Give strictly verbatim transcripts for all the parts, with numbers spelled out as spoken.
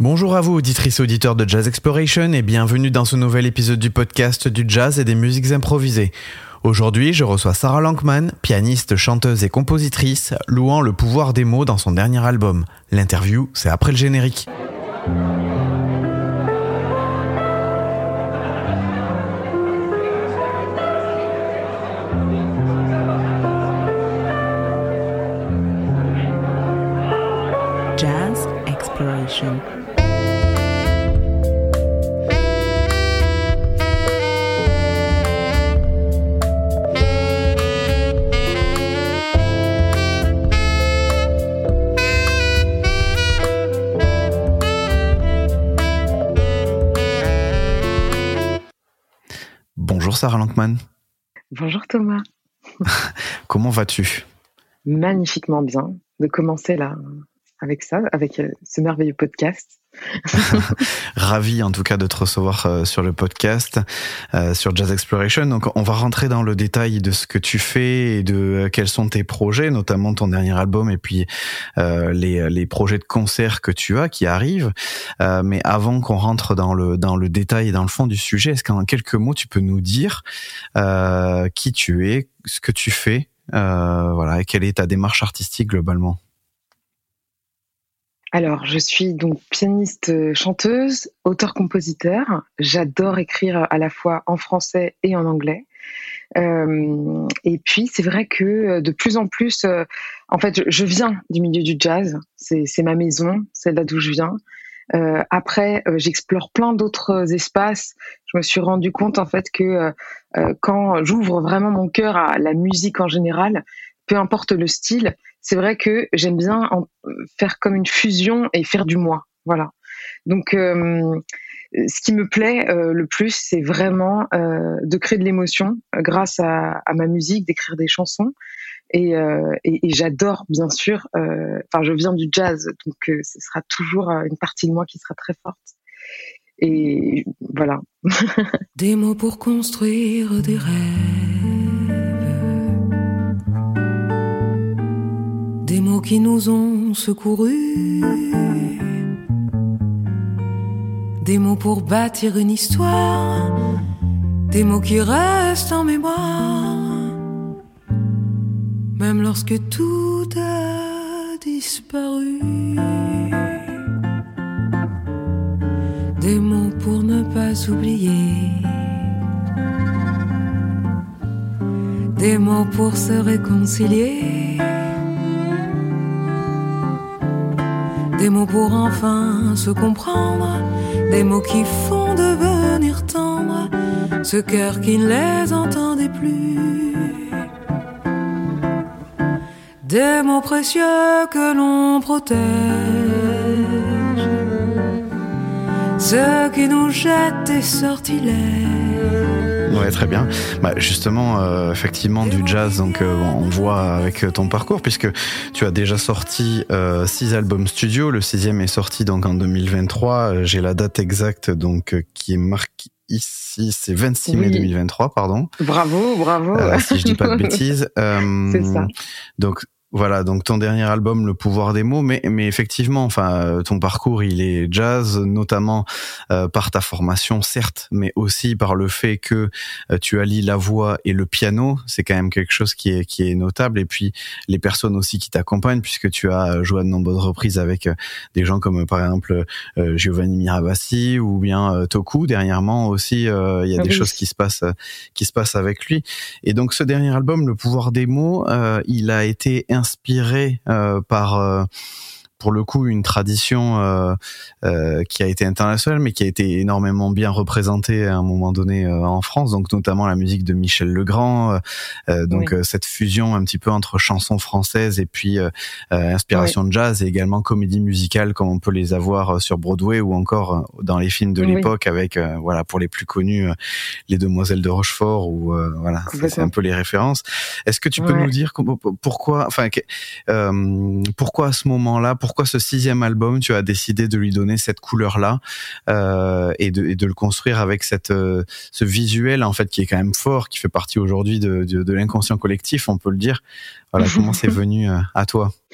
Bonjour à vous, auditrices et auditeurs de Jazz Exploration, et bienvenue dans ce nouvel épisode du podcast du jazz et des musiques improvisées. Aujourd'hui, je reçois Sarah Lankman, pianiste, chanteuse et compositrice, louant le pouvoir des mots dans son dernier album. L'interview, c'est après le générique. Jazz Exploration. Bonjour Sarah Lankman. Bonjour Thomas. Comment vas-tu ? Magnifiquement bien de commencer là avec ça, avec ce merveilleux podcast. Ravi en tout cas de te recevoir euh, sur le podcast, euh, sur Jazz Exploration. Donc on va rentrer dans le détail de ce que tu fais et de euh, quels sont tes projets, notamment ton dernier album et puis euh, les, les projets de concert que tu as qui arrivent. Euh, mais avant qu'on rentre dans le, dans le détail et dans le fond du sujet, est-ce qu'en quelques mots tu peux nous dire euh, qui tu es, ce que tu fais, euh, voilà, et quelle est ta démarche artistique globalement ? Alors, je suis donc pianiste, chanteuse, auteur-compositeur. J'adore écrire à la fois en français et en anglais. Euh, et puis, c'est vrai que de plus en plus, euh, en fait, je, je viens du milieu du jazz. C'est, c'est ma maison, c'est là d'où je viens. Euh, après, euh, j'explore plein d'autres espaces. Je me suis rendu compte en fait que euh, quand j'ouvre vraiment mon cœur à la musique en général, peu importe le style, c'est vrai que j'aime bien en faire comme une fusion et faire du moi. Voilà. Donc, euh, ce qui me plaît euh, le plus, c'est vraiment euh, de créer de l'émotion euh, grâce à, à ma musique, d'écrire des chansons. Et, euh, et, et j'adore, bien sûr. Enfin, euh, je viens du jazz, donc euh, ce sera toujours euh, une partie de moi qui sera très forte. Et voilà. Des mots pour construire des rêves. Des mots qui nous ont secourus, des mots pour bâtir une histoire, des mots qui restent en mémoire, même lorsque tout a disparu. Des mots pour ne pas oublier, des mots pour se réconcilier. Des mots pour enfin se comprendre, des mots qui font devenir tendre ce cœur qui ne les entendait plus. Des mots précieux que l'on protège, ceux qui nous jettent des sortilèges. Ouais, très bien. Bah, justement, euh, effectivement, du jazz, donc euh, on voit avec ton parcours, puisque tu as déjà sorti euh, six albums studio. Le sixième est sorti donc en deux mille vingt-trois. J'ai la date exacte, donc euh, qui est marquée ici, c'est vingt-six mai deux mille vingt-trois, pardon. Bravo, bravo. Euh, si je dis pas de bêtises. Euh, c'est ça. Donc voilà, donc ton dernier album, Le pouvoir des mots, mais mais effectivement, enfin, ton parcours, il est jazz, notamment euh, par ta formation, certes, mais aussi par le fait que euh, tu allies la voix et le piano. C'est quand même quelque chose qui est qui est notable. Et puis les personnes aussi qui t'accompagnent, puisque tu as joué à de nombreuses reprises avec euh, des gens comme par exemple euh, Giovanni Miravasi ou bien euh, Toku. Dernièrement aussi, euh, il y a ah des oui. choses qui se passent qui se passent avec lui. Et donc ce dernier album, Le pouvoir des mots, euh, il a été inspiré euh, par euh, pour le coup une tradition euh, euh, qui a été internationale mais qui a été énormément bien représentée à un moment donné euh, en France, donc notamment la musique de Michel Legrand, euh, donc oui. euh, cette fusion un petit peu entre chansons françaises et puis euh, euh, inspiration oui. de jazz et également comédie musicale comme on peut les avoir sur Broadway ou encore dans les films de oui. l'époque avec euh, voilà pour les plus connus euh, les Demoiselles de Rochefort ou euh, voilà c'est, c'est un peu les références. Est-ce que tu peux ouais. nous dire pourquoi enfin euh, pourquoi à ce moment-là, pourquoi ce sixième album tu as décidé de lui donner cette couleur-là euh, et, de, et de le construire avec cette euh, ce visuel en fait qui est quand même fort, qui fait partie aujourd'hui de, de, de l'inconscient collectif, on peut le dire. Voilà, comment c'est venu euh, à toi?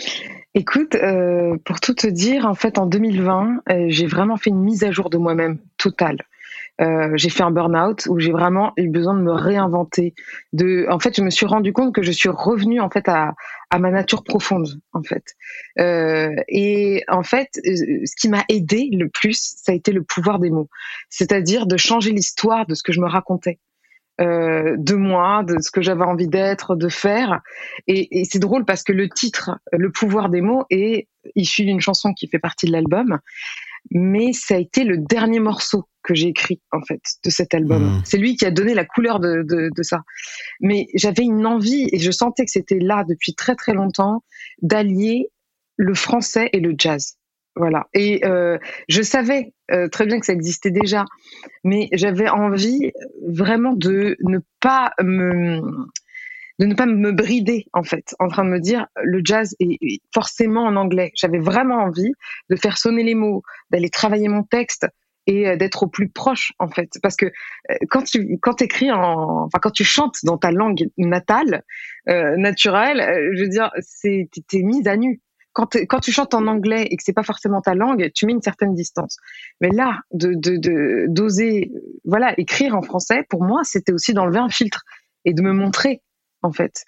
Écoute, euh, pour tout te dire, en fait, en deux mille vingt, euh, j'ai vraiment fait une mise à jour de moi-même totale. Euh, j'ai fait un burn-out où j'ai vraiment eu besoin de me réinventer. De, en fait, je me suis rendu compte que je suis revenue en fait à, à ma nature profonde, en fait. Euh, et en fait, ce qui m'a aidé le plus, ça a été le pouvoir des mots, c'est-à-dire de changer l'histoire de ce que je me racontais. Euh, de moi, de ce que j'avais envie d'être, de faire. Et, et c'est drôle parce que le titre, Le pouvoir des mots, est issu d'une chanson qui fait partie de l'album, mais ça a été le dernier morceau que j'ai écrit, en fait, de cet album. Mmh. C'est lui qui a donné la couleur de, de, de ça. Mais j'avais une envie, et je sentais que c'était là depuis très très longtemps, d'allier le français et le jazz. Voilà. Et euh, je savais euh, très bien que ça existait déjà, mais j'avais envie vraiment de ne pas me de ne pas me brider, en fait, en train de me dire le jazz est forcément en anglais. J'avais vraiment envie de faire sonner les mots, d'aller travailler mon texte et d'être au plus proche, en fait, parce que quand tu quand t'écris en enfin quand tu chantes dans ta langue natale, euh, naturelle, je veux dire, c'est t'es, t'es mise à nu. Quand, quand tu chantes en anglais et que c'est pas forcément ta langue, tu mets une certaine distance. Mais là, de, de, de, d'oser, voilà, écrire en français, pour moi, c'était aussi d'enlever un filtre et de me montrer, en fait.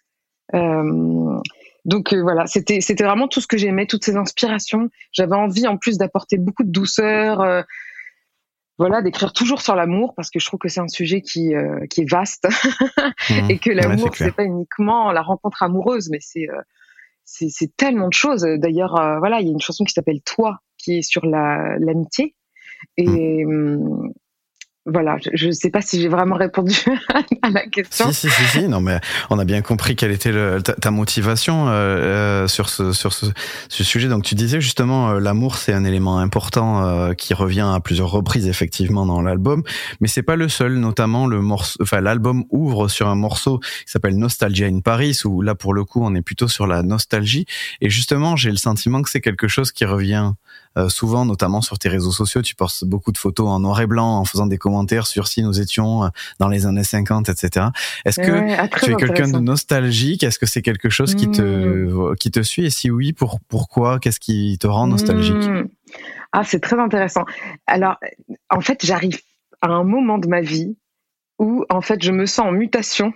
Euh, donc euh, voilà, c'était, c'était vraiment tout ce que j'aimais, toutes ces inspirations. J'avais envie, en plus, d'apporter beaucoup de douceur, euh, voilà, d'écrire toujours sur l'amour, parce que je trouve que c'est un sujet qui, euh, qui est vaste mmh, et que l'amour, ouais, c'est, c'est pas uniquement la rencontre amoureuse, mais c'est euh, C'est, c'est tellement de choses. D'ailleurs, euh, voilà, il y a une chanson qui s'appelle Toi, qui est sur la, l'amitié. Et mmh. euh, voilà, je ne sais pas si j'ai vraiment répondu à la question. Si, si, si, si. Non, mais on a bien compris quelle était le, ta, ta motivation euh, sur ce sur ce, ce sujet. Donc, tu disais justement, euh, l'amour, c'est un élément important euh, qui revient à plusieurs reprises effectivement dans l'album, mais c'est pas le seul. Notamment, le morceau, enfin, l'album ouvre sur un morceau qui s'appelle Nostalgia in Paris, où là, pour le coup, on est plutôt sur la nostalgie. Et justement, j'ai le sentiment que c'est quelque chose qui revient euh, souvent, notamment sur tes réseaux sociaux. Tu postes beaucoup de photos en noir et blanc, en faisant des commentaires sur si nous étions dans les années cinquante, et cetera. Est-ce que ouais, tu es quelqu'un de nostalgique? Est-ce que c'est quelque chose qui te mmh. qui te suit? Et si oui, pour pourquoi? Qu'est-ce qui te rend nostalgique? mmh. Ah, c'est très intéressant. Alors, en fait, j'arrive à un moment de ma vie où, en fait, je me sens en mutation.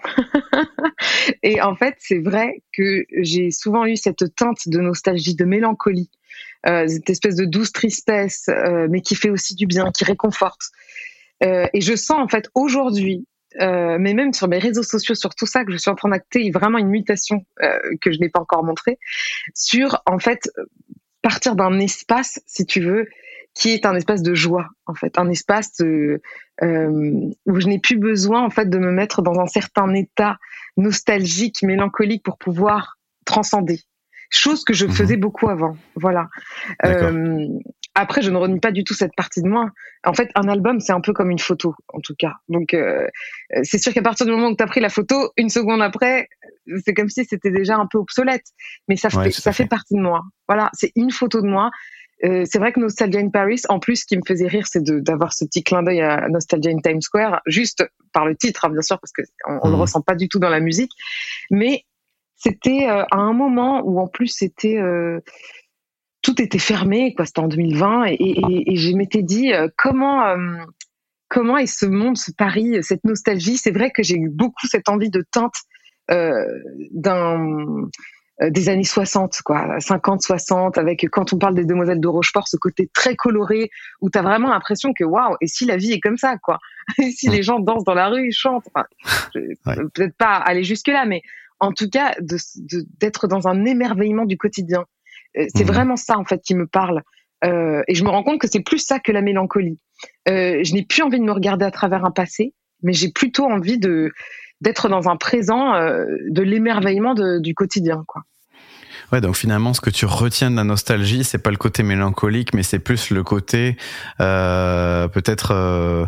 Et en fait, c'est vrai que j'ai souvent eu cette teinte de nostalgie, de mélancolie, euh, cette espèce de douce tristesse, euh, mais qui fait aussi du bien, qui réconforte. Euh, et je sens en fait aujourd'hui, euh, mais même sur mes réseaux sociaux, sur tout ça, que je suis en train d'acter vraiment une mutation euh, que je n'ai pas encore montrée, sur en fait partir d'un espace, si tu veux, qui est un espace de joie, en fait, un espace de, euh, où je n'ai plus besoin en fait de me mettre dans un certain état nostalgique, mélancolique pour pouvoir transcender. Chose que je faisais beaucoup avant, voilà. Euh, après, je ne renie pas du tout cette partie de moi. En fait, un album, c'est un peu comme une photo, en tout cas. Donc, euh, c'est sûr qu'à partir du moment où tu as pris la photo, une seconde après, c'est comme si c'était déjà un peu obsolète. Mais ça, ouais, fait, ça fait. fait partie de moi. Voilà, c'est une photo de moi. Euh, c'est vrai que Nostalgia in Paris, en plus, ce qui me faisait rire, c'est de, d'avoir ce petit clin d'œil à Nostalgia in Times Square, juste par le titre, hein, bien sûr, parce qu'on on mmh. le ressent pas du tout dans la musique. Mais c'était euh, à un moment où, en plus, c'était... Euh, tout était fermé, quoi. C'était en deux mille vingt, et, et, et je m'étais dit euh, comment euh, comment est ce monde, ce Paris, cette nostalgie. C'est vrai que j'ai eu beaucoup cette envie de teinte euh, d'un euh, des années soixante, quoi, cinquante, soixante, avec quand on parle des Demoiselles de Rochefort, ce côté très coloré où t'as vraiment l'impression que waouh, et si la vie est comme ça, quoi, et si les gens dansent dans la rue, ils chantent, enfin, je, ouais. peut-être pas aller jusque là, mais en tout cas de, de, d'être dans un émerveillement du quotidien. C'est mmh. vraiment ça, en fait, qui me parle. Euh, et je me rends compte que c'est plus ça que la mélancolie. Euh, je n'ai plus envie de me regarder à travers un passé, mais j'ai plutôt envie de, d'être dans un présent, euh, de l'émerveillement de, du quotidien, quoi. Ouais, donc finalement, ce que tu retiens de la nostalgie, c'est pas le côté mélancolique, mais c'est plus le côté euh, peut-être euh,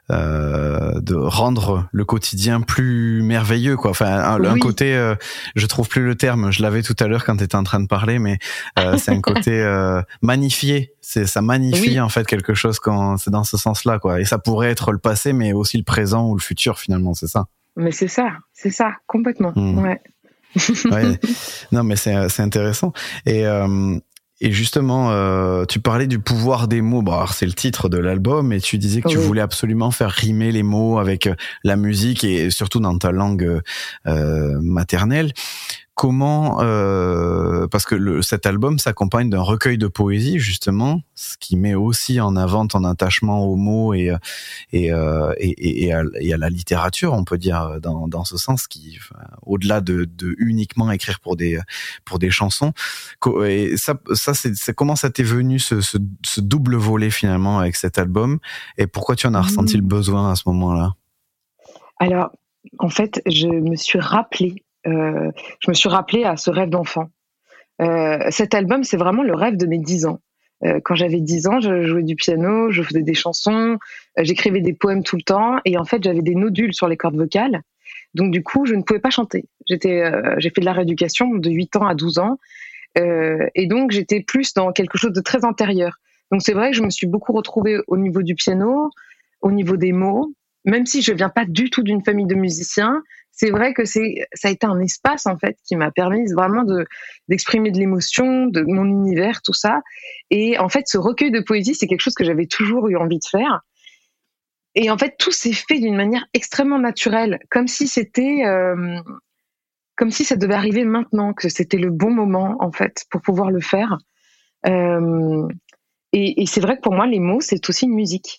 euh, de rendre le quotidien plus merveilleux, quoi. Enfin, un, oui. un côté, euh, je trouve plus le terme. Je l'avais tout à l'heure quand tu étais en train de parler, mais euh, c'est un côté euh, magnifié. C'est ça magnifie oui. en fait quelque chose quand c'est dans ce sens-là, quoi. Et ça pourrait être le passé, mais aussi le présent ou le futur finalement, c'est ça. Mais c'est ça, c'est ça, complètement. Mmh. Ouais. Ouais. Non, mais c'est c'est intéressant. Et euh, et justement, euh, tu parlais du pouvoir des mots. Bon, alors c'est le titre de l'album, et tu disais que tu oui. voulais absolument faire rimer les mots avec la musique et surtout dans ta langue euh, maternelle. Comment, euh, parce que le, cet album s'accompagne d'un recueil de poésie justement, ce qui met aussi en avant ton attachement aux mots et et et et, et, à, et à la littérature, on peut dire dans dans ce sens, qui enfin, au-delà de, de uniquement écrire pour des pour des chansons. Et ça, ça c'est, c'est comment ça t'est venu ce, ce ce double volet finalement avec cet album, et pourquoi tu en as mmh. ressenti le besoin à ce moment-là? Alors, en fait, je me suis rappelé. Euh, je me suis rappelée à ce rêve d'enfant. Euh, cet album, c'est vraiment le rêve de mes dix ans. Euh, quand j'avais dix ans, je jouais du piano, je faisais des chansons, euh, j'écrivais des poèmes tout le temps, et en fait, j'avais des nodules sur les cordes vocales. Donc, du coup, je ne pouvais pas chanter. J'étais, euh, j'ai fait de la rééducation de huit ans à douze ans, euh, et donc j'étais plus dans quelque chose de très antérieur. Donc, c'est vrai que je me suis beaucoup retrouvée au niveau du piano, au niveau des mots, même si je viens pas du tout d'une famille de musiciens. C'est vrai que c'est, ça a été un espace, en fait, qui m'a permis vraiment de, d'exprimer de l'émotion, de mon univers, tout ça. Et en fait, ce recueil de poésie, c'est quelque chose que j'avais toujours eu envie de faire. Et en fait, tout s'est fait d'une manière extrêmement naturelle, comme si c'était, euh, comme si ça devait arriver maintenant, que c'était le bon moment, en fait, pour pouvoir le faire. Euh, et, et c'est vrai que pour moi, les mots, c'est aussi une musique.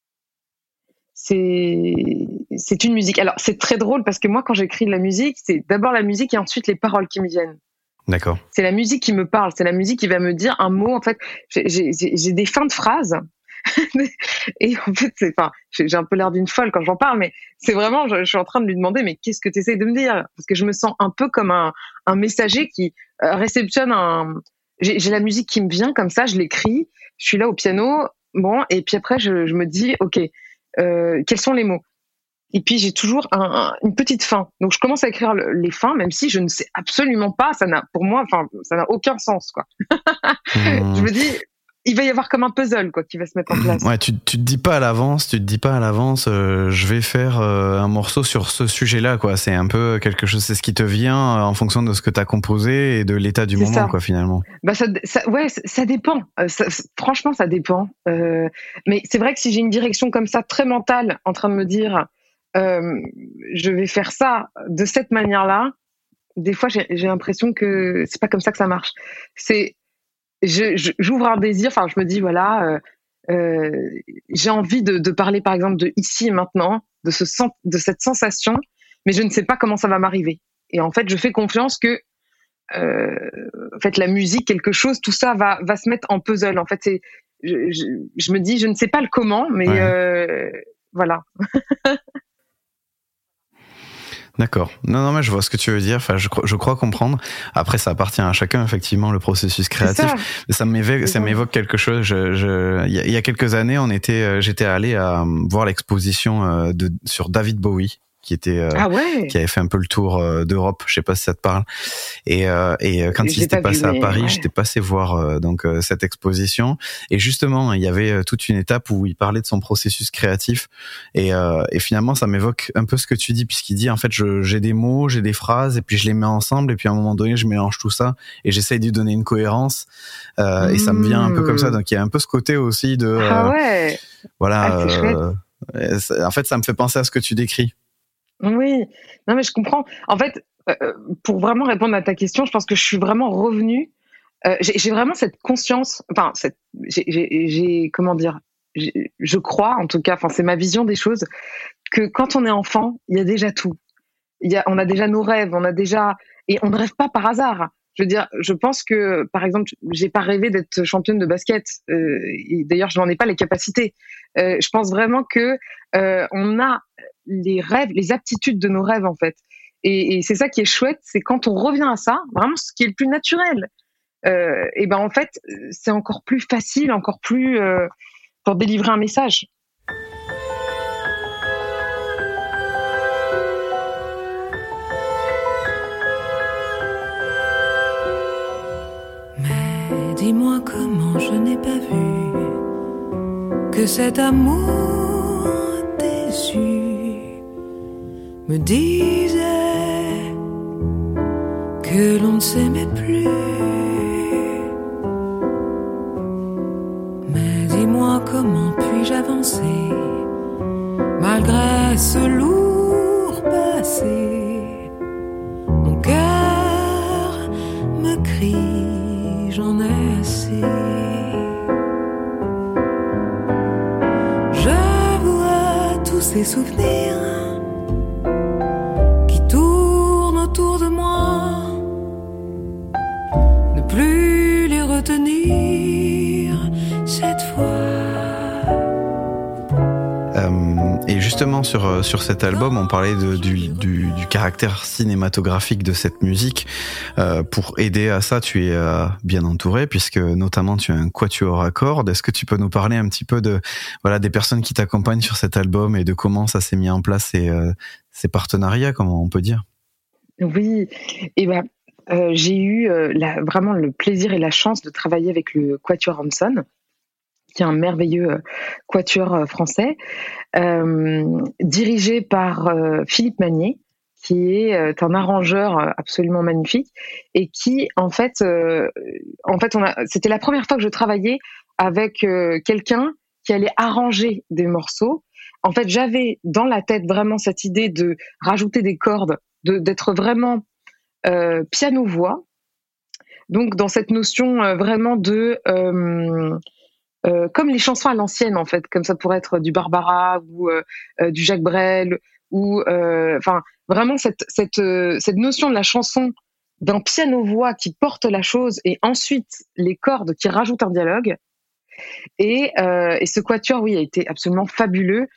C'est, c'est une musique. Alors, c'est très drôle parce que moi, quand j'écris de la musique, c'est d'abord la musique et ensuite les paroles qui me viennent. D'accord. C'est la musique qui me parle. C'est la musique qui va me dire un mot. En fait, j'ai, j'ai, j'ai des fins de phrases. Et en fait, c'est, enfin, j'ai un peu l'air d'une folle quand j'en parle, mais c'est vraiment, je, je suis en train de lui demander, mais qu'est-ce que tu essaies de me dire? Parce que je me sens un peu comme un, un messager qui euh, réceptionne un. J'ai, j'ai la musique qui me vient comme ça, je l'écris, je suis là au piano, bon, et puis après, je, je me dis, ok. Euh, quels sont les mots? Et puis j'ai toujours un, un, une petite fin. Donc je commence à écrire le, les fins, même si je ne sais absolument pas. Ça n'a, pour moi, enfin, ça n'a aucun sens, quoi. mmh. Je me dis, il va y avoir comme un puzzle, quoi, qui va se mettre en place. Ouais, tu, tu te dis pas à l'avance, tu te dis pas à l'avance, euh, je vais faire euh, un morceau sur ce sujet-là, quoi. C'est un peu quelque chose, c'est ce qui te vient en fonction de ce que t'as composé et de l'état du c'est moment, ça. Quoi, finalement. Bah ça, ça ouais, ça, ça dépend. Euh, ça, franchement, ça dépend. Euh, mais c'est vrai que si j'ai une direction comme ça, très mentale, en train de me dire, euh, je vais faire ça de cette manière-là, des fois, j'ai, j'ai l'impression que c'est pas comme ça que ça marche. C'est Je, je, j'ouvre un désir, enfin, je me dis, voilà, euh, euh, j'ai envie de, de parler, par exemple, de ici et maintenant, de, ce, de cette sensation, mais je ne sais pas comment ça va m'arriver. Et en fait, je fais confiance que, euh, en fait, la musique, quelque chose, tout ça va, va se mettre en puzzle. En fait, c'est, je, je, je me dis, je ne sais pas le comment, mais ouais. euh, voilà. D'accord. Non, non, mais je vois ce que tu veux dire. Enfin, je, je crois comprendre. Après, ça appartient à chacun, effectivement, le processus créatif. Ça. Mais ça m'évoque, ça m'évoque quelque chose. Je, je, il y a, il y a quelques années, on était, j'étais allé à voir l'exposition de, sur David Bowie, qui était, euh, ah ouais. qui avait fait un peu le tour euh, d'Europe. Je sais pas si ça te parle. Et, euh, et quand il s'était passé vu, à Paris, ouais. j'étais passé voir euh, donc euh, cette exposition. Et justement, il y avait toute une étape où il parlait de son processus créatif. Et, euh, et finalement, ça m'évoque un peu ce que tu dis, puisqu'il dit en fait, je, j'ai des mots, j'ai des phrases, et puis je les mets ensemble, et puis à un moment donné, je mélange tout ça, et j'essaye de lui donner une cohérence. Euh, mmh. Et ça me vient un peu comme ça. Donc il y a un peu ce côté aussi de euh, ah ouais. Voilà. Ah, euh, en fait, ça me fait penser à ce que tu décris. Oui, non mais je comprends. En fait, euh, pour vraiment répondre à ta question, je pense que je suis vraiment revenue. Euh, j'ai, j'ai vraiment cette conscience. Enfin, cette, j'ai, j'ai, j'ai comment dire. J'ai, je crois, en tout cas, enfin c'est ma vision des choses, que quand on est enfant, il y a déjà tout. Il y a, on a déjà nos rêves, on a déjà, et on ne rêve pas par hasard. Je veux dire, je pense que, par exemple, j'ai pas rêvé d'être championne de basket. Euh, et d'ailleurs, je n'en ai pas les capacités. Euh, je pense vraiment que euh, on a les rêves, les aptitudes de nos rêves, en fait. Et, et c'est ça qui est chouette, c'est quand on revient à ça, vraiment ce qui est le plus naturel. Euh, et ben en fait, c'est encore plus facile, encore plus euh, pour délivrer un message. Dis-moi comment je n'ai pas vu que cet amour déçu me disait que l'on ne s'aimait plus. Mais dis-moi comment puis-je avancer malgré ce lourd passé. Mon cœur me crie, j'en ai assez. Je vois tous ces souvenirs qui tournent autour de moi, ne plus les retenir cette fois. Et justement sur sur cet album, on parlait de, du, du, du caractère cinématographique de cette musique. Euh, pour aider à ça, tu es euh, bien entouré puisque notamment tu as un quatuor à cordes. Est-ce que tu peux nous parler un petit peu de voilà des personnes qui t'accompagnent sur cet album et de comment ça s'est mis en place ces euh, ces partenariats, comment on peut dire? Oui, et ben euh, j'ai eu euh, la, vraiment le plaisir et la chance de travailler avec le Quatuor Hanson, qui est un merveilleux euh, quatuor euh, français, euh, dirigé par euh, Philippe Magnier, qui est euh, un arrangeur euh, absolument magnifique et qui, en fait, euh, en fait, on a, c'était la première fois que je travaillais avec euh, quelqu'un qui allait arranger des morceaux. En fait, j'avais dans la tête vraiment cette idée de rajouter des cordes, de, d'être vraiment euh, piano-voix. Donc, dans cette notion euh, vraiment de euh, Euh, comme les chansons à l'ancienne, en fait, comme ça pourrait être du Barbara ou euh, euh, du Jacques Brel, ou enfin euh, vraiment cette cette euh, cette notion de la chanson d'un piano-voix qui porte la chose et ensuite les cordes qui rajoutent un dialogue. Et euh, et ce quatuor, oui, a été absolument fabuleux.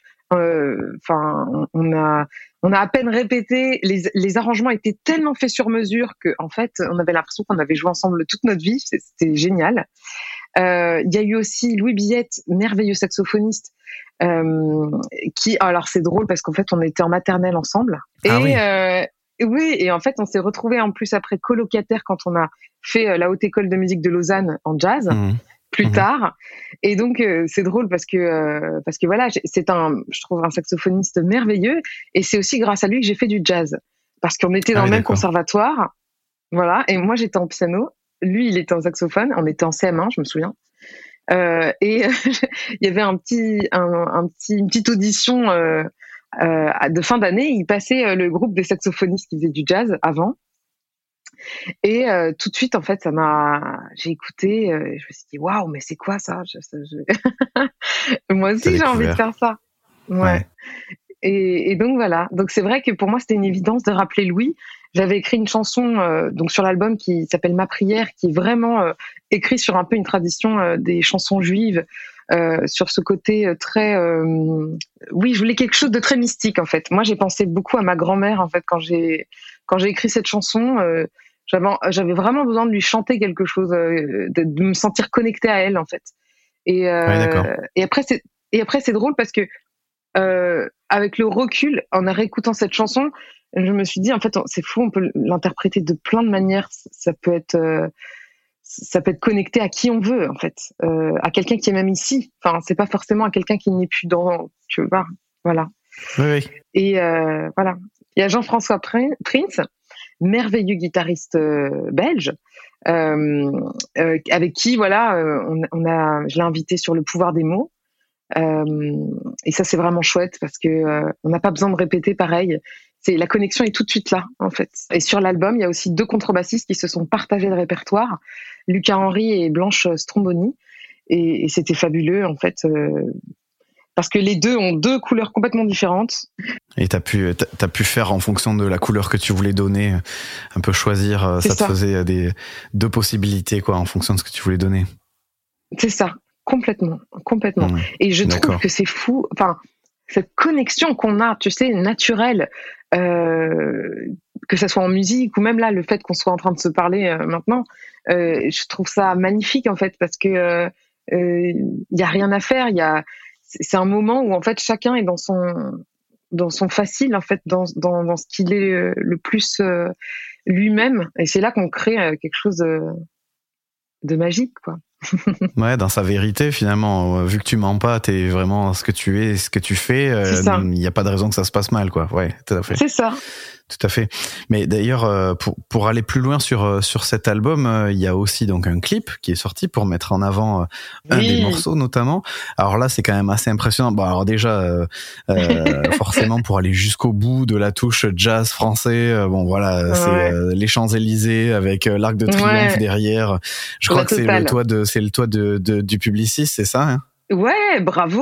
Enfin, euh, on, on a on a à peine répété, les les arrangements étaient tellement faits sur mesure que en fait, on avait l'impression qu'on avait joué ensemble toute notre vie. C'était génial. Il euh, y a eu aussi Louis Billette, merveilleux saxophoniste, euh, qui, alors c'est drôle parce qu'en fait on était en maternelle ensemble. Et ah oui. Euh, oui, et en fait on s'est retrouvés en plus après colocataires quand on a fait la Haute École de musique de Lausanne en jazz. Mmh. Plus mmh. tard, et donc euh, c'est drôle parce que euh, parce que voilà, c'est un, je trouve un saxophoniste merveilleux, et c'est aussi grâce à lui que j'ai fait du jazz parce qu'on était dans ah oui, le même d'accord. conservatoire, voilà, et moi j'étais en piano. Lui, il était en saxophone. On était en C M un, je me souviens. Euh, et il y avait un petit, un, un petit, une petite audition euh, euh, de fin d'année. Il passait le groupe des saxophonistes qui faisaient du jazz avant. Et euh, tout de suite, en fait, ça m'a. J'ai écouté. Euh, je me suis dit, waouh, mais c'est quoi ça, je, ça je... Moi aussi, j'ai envie de faire ça. Ouais. ouais. Et, et donc voilà. Donc c'est vrai que pour moi, c'était une évidence de rappeler Louis. J'avais écrit une chanson euh, donc sur l'album qui s'appelle Ma prière, qui est vraiment euh, écrit sur un peu une tradition euh, des chansons juives, euh, sur ce côté euh, très euh, oui, je voulais quelque chose de très mystique en fait. Moi, j'ai pensé beaucoup à ma grand-mère en fait quand j'ai quand j'ai écrit cette chanson. Euh, j'avais j'avais vraiment besoin de lui chanter quelque chose, euh, de, de me sentir connectée à elle en fait. Et euh, ouais, et après c'est et après c'est drôle parce que euh, avec le recul, en réécoutant cette chanson, je me suis dit en fait c'est fou, on peut l'interpréter de plein de manières. Ça peut être euh, ça peut être connecté à qui on veut en fait, euh, à quelqu'un qui est même ici. Enfin, c'est pas forcément à quelqu'un qui n'est plus dans, tu vois, voilà. Oui, oui. Et euh, voilà, il y a Jean-François Prince, merveilleux guitariste euh, belge, euh, euh, avec qui voilà, euh, on, on a, je l'ai invité sur Le pouvoir des mots. Euh, et ça c'est vraiment chouette parce que euh, on n'a pas besoin de répéter pareil. C'est la connexion est tout de suite là en fait. Et sur l'album, il y a aussi deux contrebassistes qui se sont partagés le répertoire, Lucas Henry et Blanche Stromboni, et, et c'était fabuleux en fait euh, parce que les deux ont deux couleurs complètement différentes. Et t'as pu t'as, t'as pu faire en fonction de la couleur que tu voulais donner, un peu choisir. Ça, ça te faisait des deux possibilités quoi en fonction de ce que tu voulais donner. C'est ça. Complètement, complètement. Mmh, et je d'accord. trouve que c'est fou, enfin, cette connexion qu'on a, tu sais, naturelle, euh, que ça soit en musique ou même là, le fait qu'on soit en train de se parler euh, maintenant, euh, je trouve ça magnifique en fait, parce que euh, euh, y a rien à faire, il y a, c'est un moment où en fait chacun est dans son, dans son facile en fait, dans dans, dans ce qu'il est euh, le plus euh, lui-même, et c'est là qu'on crée euh, quelque chose de, de magique quoi. Ouais, dans sa vérité, finalement, vu que tu mens pas, t'es vraiment ce que tu es, ce que tu fais, il n'y a pas de raison que ça se passe mal, quoi. Ouais, tout à fait. C'est ça. Tout à fait. Mais d'ailleurs, pour pour aller plus loin sur sur cet album, il y a aussi donc un clip qui est sorti pour mettre en avant un oui. des morceaux notamment. Alors là, c'est quand même assez impressionnant. Bon, alors déjà, euh, euh, forcément pour aller jusqu'au bout de la touche jazz français, euh, bon voilà, ouais. c'est euh, les Champs-Élysées avec euh, l'Arc de Triomphe ouais. derrière. Je crois la que totale. c'est le toit de c'est le toit de, de du Publicis, c'est ça hein Ouais, bravo,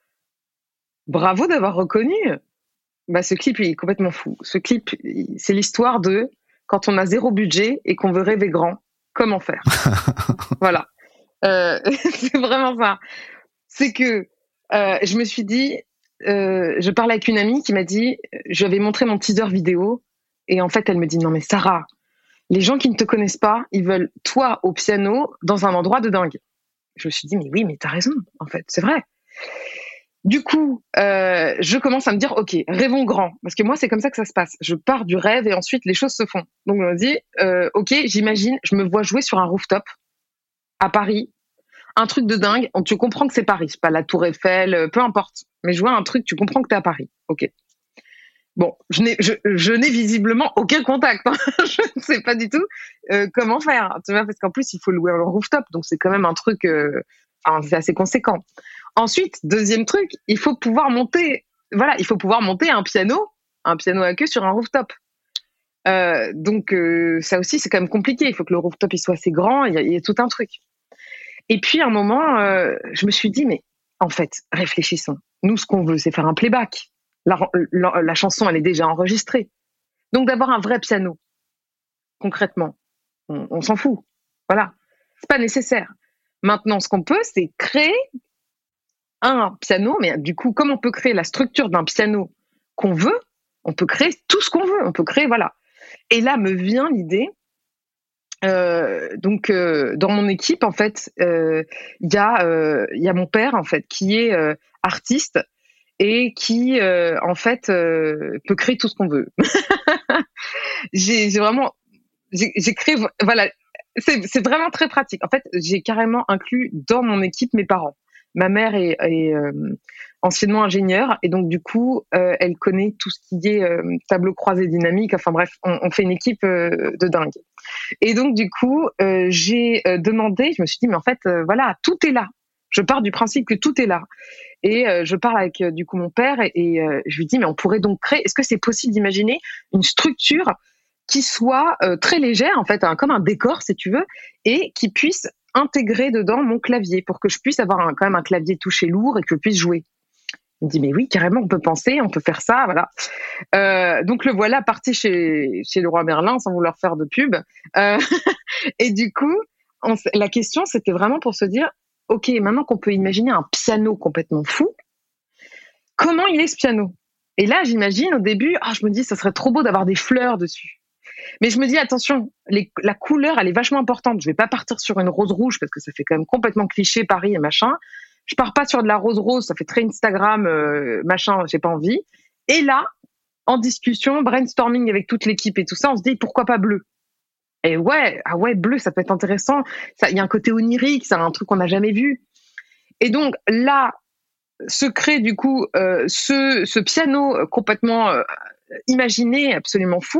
bravo d'avoir reconnu. Bah, ce clip, il est complètement fou. Ce clip, c'est l'histoire de quand on a zéro budget et qu'on veut rêver grand, comment faire. Voilà. Euh, c'est vraiment ça. C'est que euh, je me suis dit, euh, je parlais avec une amie qui m'a dit, je lui avais montré mon teaser vidéo et en fait, elle me dit, non mais Sarah, les gens qui ne te connaissent pas, ils veulent toi au piano dans un endroit de dingue. Je me suis dit, mais oui, mais t'as raison, en fait, c'est vrai. Du coup, euh, je commence à me dire, ok, rêvons grand, parce que moi c'est comme ça que ça se passe. Je pars du rêve et ensuite les choses se font. Donc on me dit, euh, ok, j'imagine, je me vois jouer sur un rooftop à Paris, un truc de dingue. Tu comprends que c'est Paris, c'est pas la Tour Eiffel, peu importe. Mais je vois un truc, tu comprends que t'es à Paris. Ok. Bon, je n'ai, je, je n'ai visiblement aucun contact. Hein. Je ne sais pas du tout euh, comment faire. Tu vois, parce qu'en plus il faut louer le rooftop, donc c'est quand même un truc, euh, enfin c'est assez conséquent. Ensuite, deuxième truc, il faut pouvoir monter, voilà, il faut pouvoir monter un piano, un piano à queue sur un rooftop. Euh, donc euh, ça aussi, c'est quand même compliqué. Il faut que le rooftop il soit assez grand. Il y a, il y a tout un truc. Et puis à un moment, euh, je me suis dit, mais en fait, réfléchissons. Nous, ce qu'on veut, c'est faire un playback. La, la, la chanson, elle est déjà enregistrée. Donc d'avoir un vrai piano, concrètement, on, on s'en fout. Voilà, c'est pas nécessaire. Maintenant, ce qu'on peut, c'est créer un piano, mais du coup, comme on peut créer la structure d'un piano qu'on veut, on peut créer tout ce qu'on veut, on peut créer, voilà. Et là me vient l'idée, euh, donc euh, dans mon équipe, en fait, il euh, y a euh, il y a mon père, en fait, qui est euh, artiste et qui, euh, en fait, euh, peut créer tout ce qu'on veut. j'ai, j'ai vraiment, j'ai, j'ai créé, voilà, c'est, c'est vraiment très pratique. En fait, j'ai carrément inclus dans mon équipe mes parents. Ma mère est, est euh, anciennement ingénieure et donc du coup, euh, elle connaît tout ce qui est euh, tableau croisé dynamique. Enfin bref, on, on fait une équipe euh, de dingue. Et donc du coup, euh, j'ai demandé, je me suis dit, mais en fait, euh, voilà, tout est là. Je pars du principe que tout est là. Et euh, je parle avec euh, du coup mon père et, et euh, je lui dis, mais on pourrait donc créer, est-ce que c'est possible d'imaginer une structure qui soit euh, très légère, en fait, hein, comme un décor, si tu veux, et qui puisse intégrer dedans mon clavier pour que je puisse avoir un, quand même un clavier touché lourd et que je puisse jouer. Il me dit, mais oui, carrément, on peut penser, on peut faire ça, voilà. Euh, donc le voilà parti chez, chez Leroy Merlin sans vouloir faire de pub. Euh, et du coup, on, la question, c'était vraiment pour se dire, ok, maintenant qu'on peut imaginer un piano complètement fou, comment il est ce piano? Et là, j'imagine au début, oh, je me dis, ça serait trop beau d'avoir des fleurs dessus. Mais je me dis, attention, les, la couleur, elle est vachement importante. Je vais pas partir sur une rose rouge parce que ça fait quand même complètement cliché Paris et machin. Je pars pas sur de la rose rose, ça fait très Instagram, euh, machin, j'ai pas envie. Et là, en discussion, brainstorming avec toute l'équipe et tout ça, on se dit, pourquoi pas bleu? Et ouais, ah ouais, bleu, ça peut être intéressant. Ça, il y a un côté onirique, c'est un truc qu'on n'a jamais vu. Et donc là, se crée du coup euh, ce, ce piano complètement euh, imaginé, absolument fou.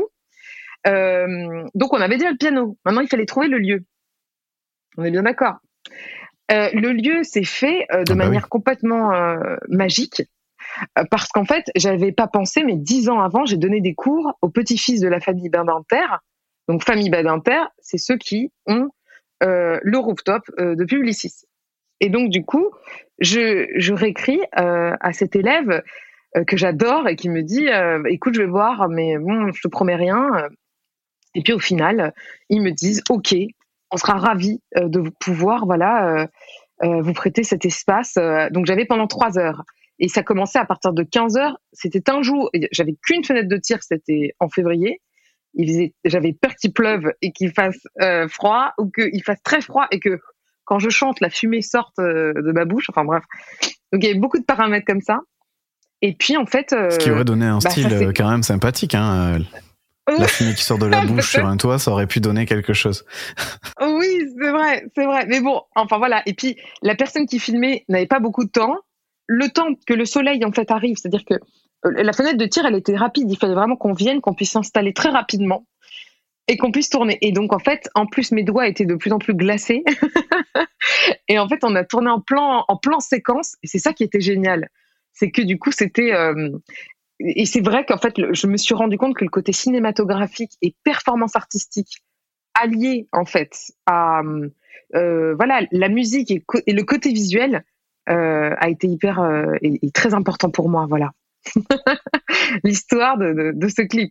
Euh, donc on avait déjà le piano. Maintenant, il fallait trouver le lieu. On est bien d'accord. Euh, le lieu s'est fait euh, de ah bah manière oui. complètement euh, magique euh, parce qu'en fait, j'avais pas pensé, mais dix ans avant, j'ai donné des cours aux petits-fils de la famille Badinter. Donc, famille Badinter, c'est ceux qui ont euh, le rooftop euh, de Publicis. Et donc, du coup, je, je réécris euh, à cet élève euh, que j'adore et qui me dit euh, « Écoute, je vais voir, mais bon, je te promets rien. » Et puis, au final, ils me disent « Ok, on sera ravis euh, de pouvoir voilà, euh, euh, vous prêter cet espace. » Donc, j'avais pendant trois heures. Et ça commençait à partir de quinze heures. C'était un jour. J'avais qu'une fenêtre de tir, c'était en février. Il faisait, j'avais peur qu'il pleuve et qu'il fasse euh, froid ou qu'il fasse très froid et que quand je chante, la fumée sorte euh, de ma bouche. Enfin bref. Donc il y avait beaucoup de paramètres comme ça. Et puis en fait... Euh, Ce qui aurait donné un bah, style euh, quand même sympathique. Hein. La fumée qui sort de la bouche sur un toit, ça aurait pu donner quelque chose. Oui, Oui, c'est vrai, c'est vrai. Mais bon, enfin voilà. Et puis, la personne qui filmait n'avait pas beaucoup de temps. Le temps que le soleil, en fait, arrive, c'est-à-dire que la fenêtre de tir, elle était rapide. Il fallait vraiment qu'on vienne, qu'on puisse s'installer très rapidement et qu'on puisse tourner. Et donc, en fait, en plus, mes doigts étaient de plus en plus glacés. Et en fait, on a tourné en plan, en plan séquence. Et c'est ça qui était génial. C'est que du coup, c'était... Euh, et c'est vrai qu'en fait, je me suis rendu compte que le côté cinématographique et performance artistique allié, en fait, à euh, voilà, la musique et, co- et le côté visuel euh, a été hyper euh, et, et très important pour moi. Voilà. L'histoire de, de, de ce clip.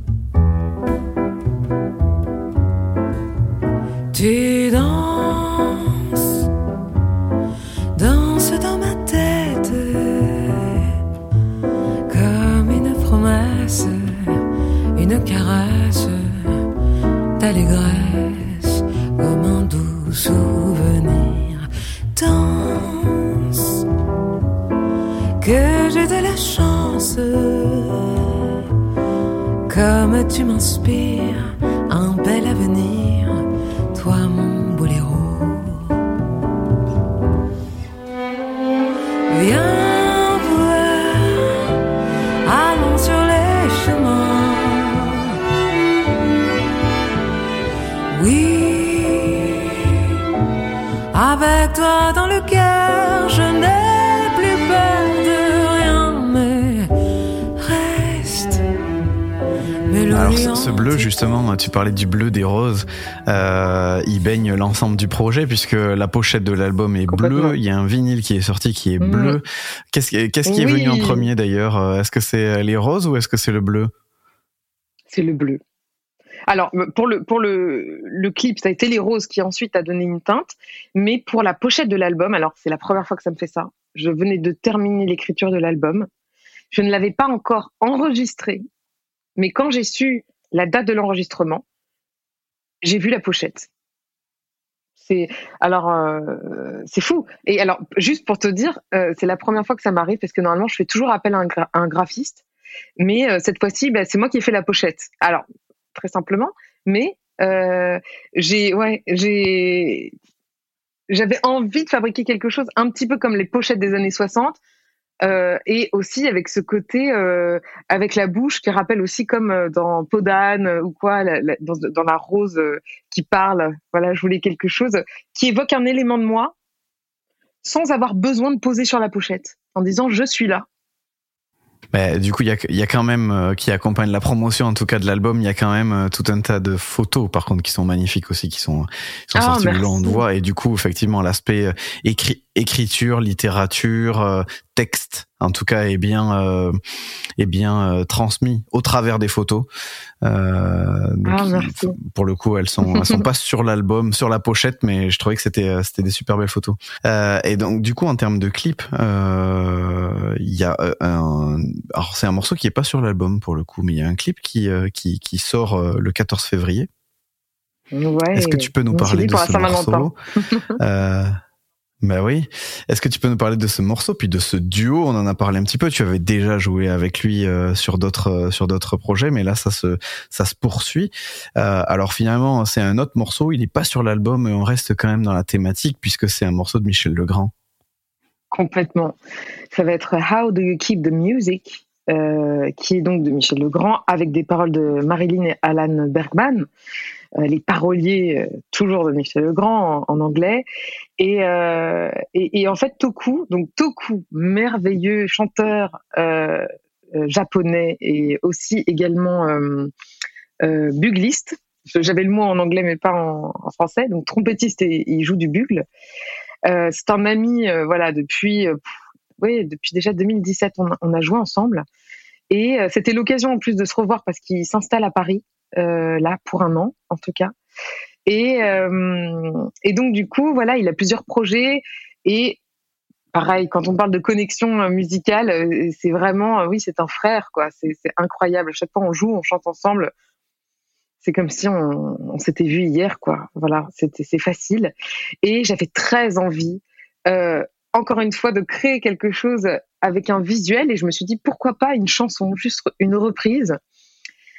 Tu danses, danses dans ma tête comme une promesse, une caresse d'allégresse, comme un doux souvenir. Danse, que j'ai de la chance, comme tu m'inspires un bel avenir, toi mon boléro. Viens voir, allons sur les chemins. Oui, avec toi dans le cœur, je n'ai plus peur de rien, mais reste. Alors ce, ce bleu justement, tu parlais du bleu des roses, euh, il baigne l'ensemble du projet puisque la pochette de l'album est bleue, il y a un vinyle qui est sorti qui est bleu. Mmh. Qu'est-ce, qu'est-ce qui est oui. venu en premier d'ailleurs ? Est-ce que c'est les roses ou est-ce que c'est le bleu ? C'est le bleu. Alors pour le pour le le clip, ça a été les roses qui ensuite a donné une teinte, mais pour la pochette de l'album, alors c'est la première fois que ça me fait ça. Je venais de terminer l'écriture de l'album, je ne l'avais pas encore enregistré. Mais quand j'ai su la date de l'enregistrement, j'ai vu la pochette. C'est alors euh, c'est fou. Et alors juste pour te dire, euh, c'est la première fois que ça m'arrive parce que normalement je fais toujours appel à un, gra- à un graphiste, mais euh, cette fois-ci, bah, c'est moi qui ai fait la pochette. Alors très simplement, mais euh, j'ai ouais j'ai j'avais envie de fabriquer quelque chose un petit peu comme les pochettes des années soixante. Euh, et aussi avec ce côté euh, avec la bouche qui rappelle aussi comme euh, dans Peau d'âne euh, ou quoi la, la, dans, dans la rose euh, qui parle. Voilà, je voulais quelque chose qui évoque un élément de moi sans avoir besoin de poser sur la pochette en disant je suis là. Bah, du coup, il y a, y a quand même, euh, qui accompagne la promotion, en tout cas de l'album, il y a quand même euh, tout un tas de photos, par contre, qui sont magnifiques aussi, qui sont, qui sont ah, sorties où l'on voit. Et du coup, effectivement, l'aspect euh, écrit, écriture, littérature, euh, texte, en tout cas, est bien, euh, est bien euh, transmis au travers des photos. Euh, donc, ah, merci. Pour le coup, elles sont, elles sont pas sur l'album, sur la pochette, mais je trouvais que c'était, c'était des super belles photos. Euh, et donc, du coup, en termes de clip, euh, il y a un, alors c'est un morceau qui est pas sur l'album pour le coup, mais il y a un clip qui, euh, qui, qui sort euh, le quatorze février. Ouais. Est-ce que tu peux nous parler de ce morceau? euh, Bah oui. Est-ce que tu peux nous parler de ce morceau puis de ce duo? On en a parlé un petit peu. Tu avais déjà joué avec lui euh, sur d'autres euh, sur d'autres projets, mais là ça se ça se poursuit. Euh, alors finalement, c'est un autre morceau. Il est pas sur l'album, mais on reste quand même dans la thématique puisque c'est un morceau de Michel Legrand. Complètement. Ça va être How Do You Keep the Music, euh, qui est donc de Michel Legrand avec des paroles de Marilyn et Alan Bergman. Les paroliers euh, toujours de Michel Legrand en, en anglais et, euh, et et en fait Toku donc Toku merveilleux chanteur euh, euh, japonais et aussi également euh, euh, bugliste. J'avais le mot en anglais mais pas en, en français, donc trompettiste et il joue du bugle. Euh, c'est un ami euh, voilà depuis euh, oui depuis déjà deux mille dix-sept on a, on a joué ensemble et euh, c'était l'occasion en plus de se revoir parce qu'il s'installe à Paris. Euh, là pour un an en tout cas et euh, et donc du coup voilà il a plusieurs projets et pareil quand on parle de connexion musicale c'est vraiment oui c'est un frère quoi c'est c'est incroyable à chaque fois on joue on chante ensemble c'est comme si on, on s'était vu hier quoi voilà c'était c'est facile et j'avais très envie euh, encore une fois de créer quelque chose avec un visuel et je me suis dit pourquoi pas une chanson juste une reprise.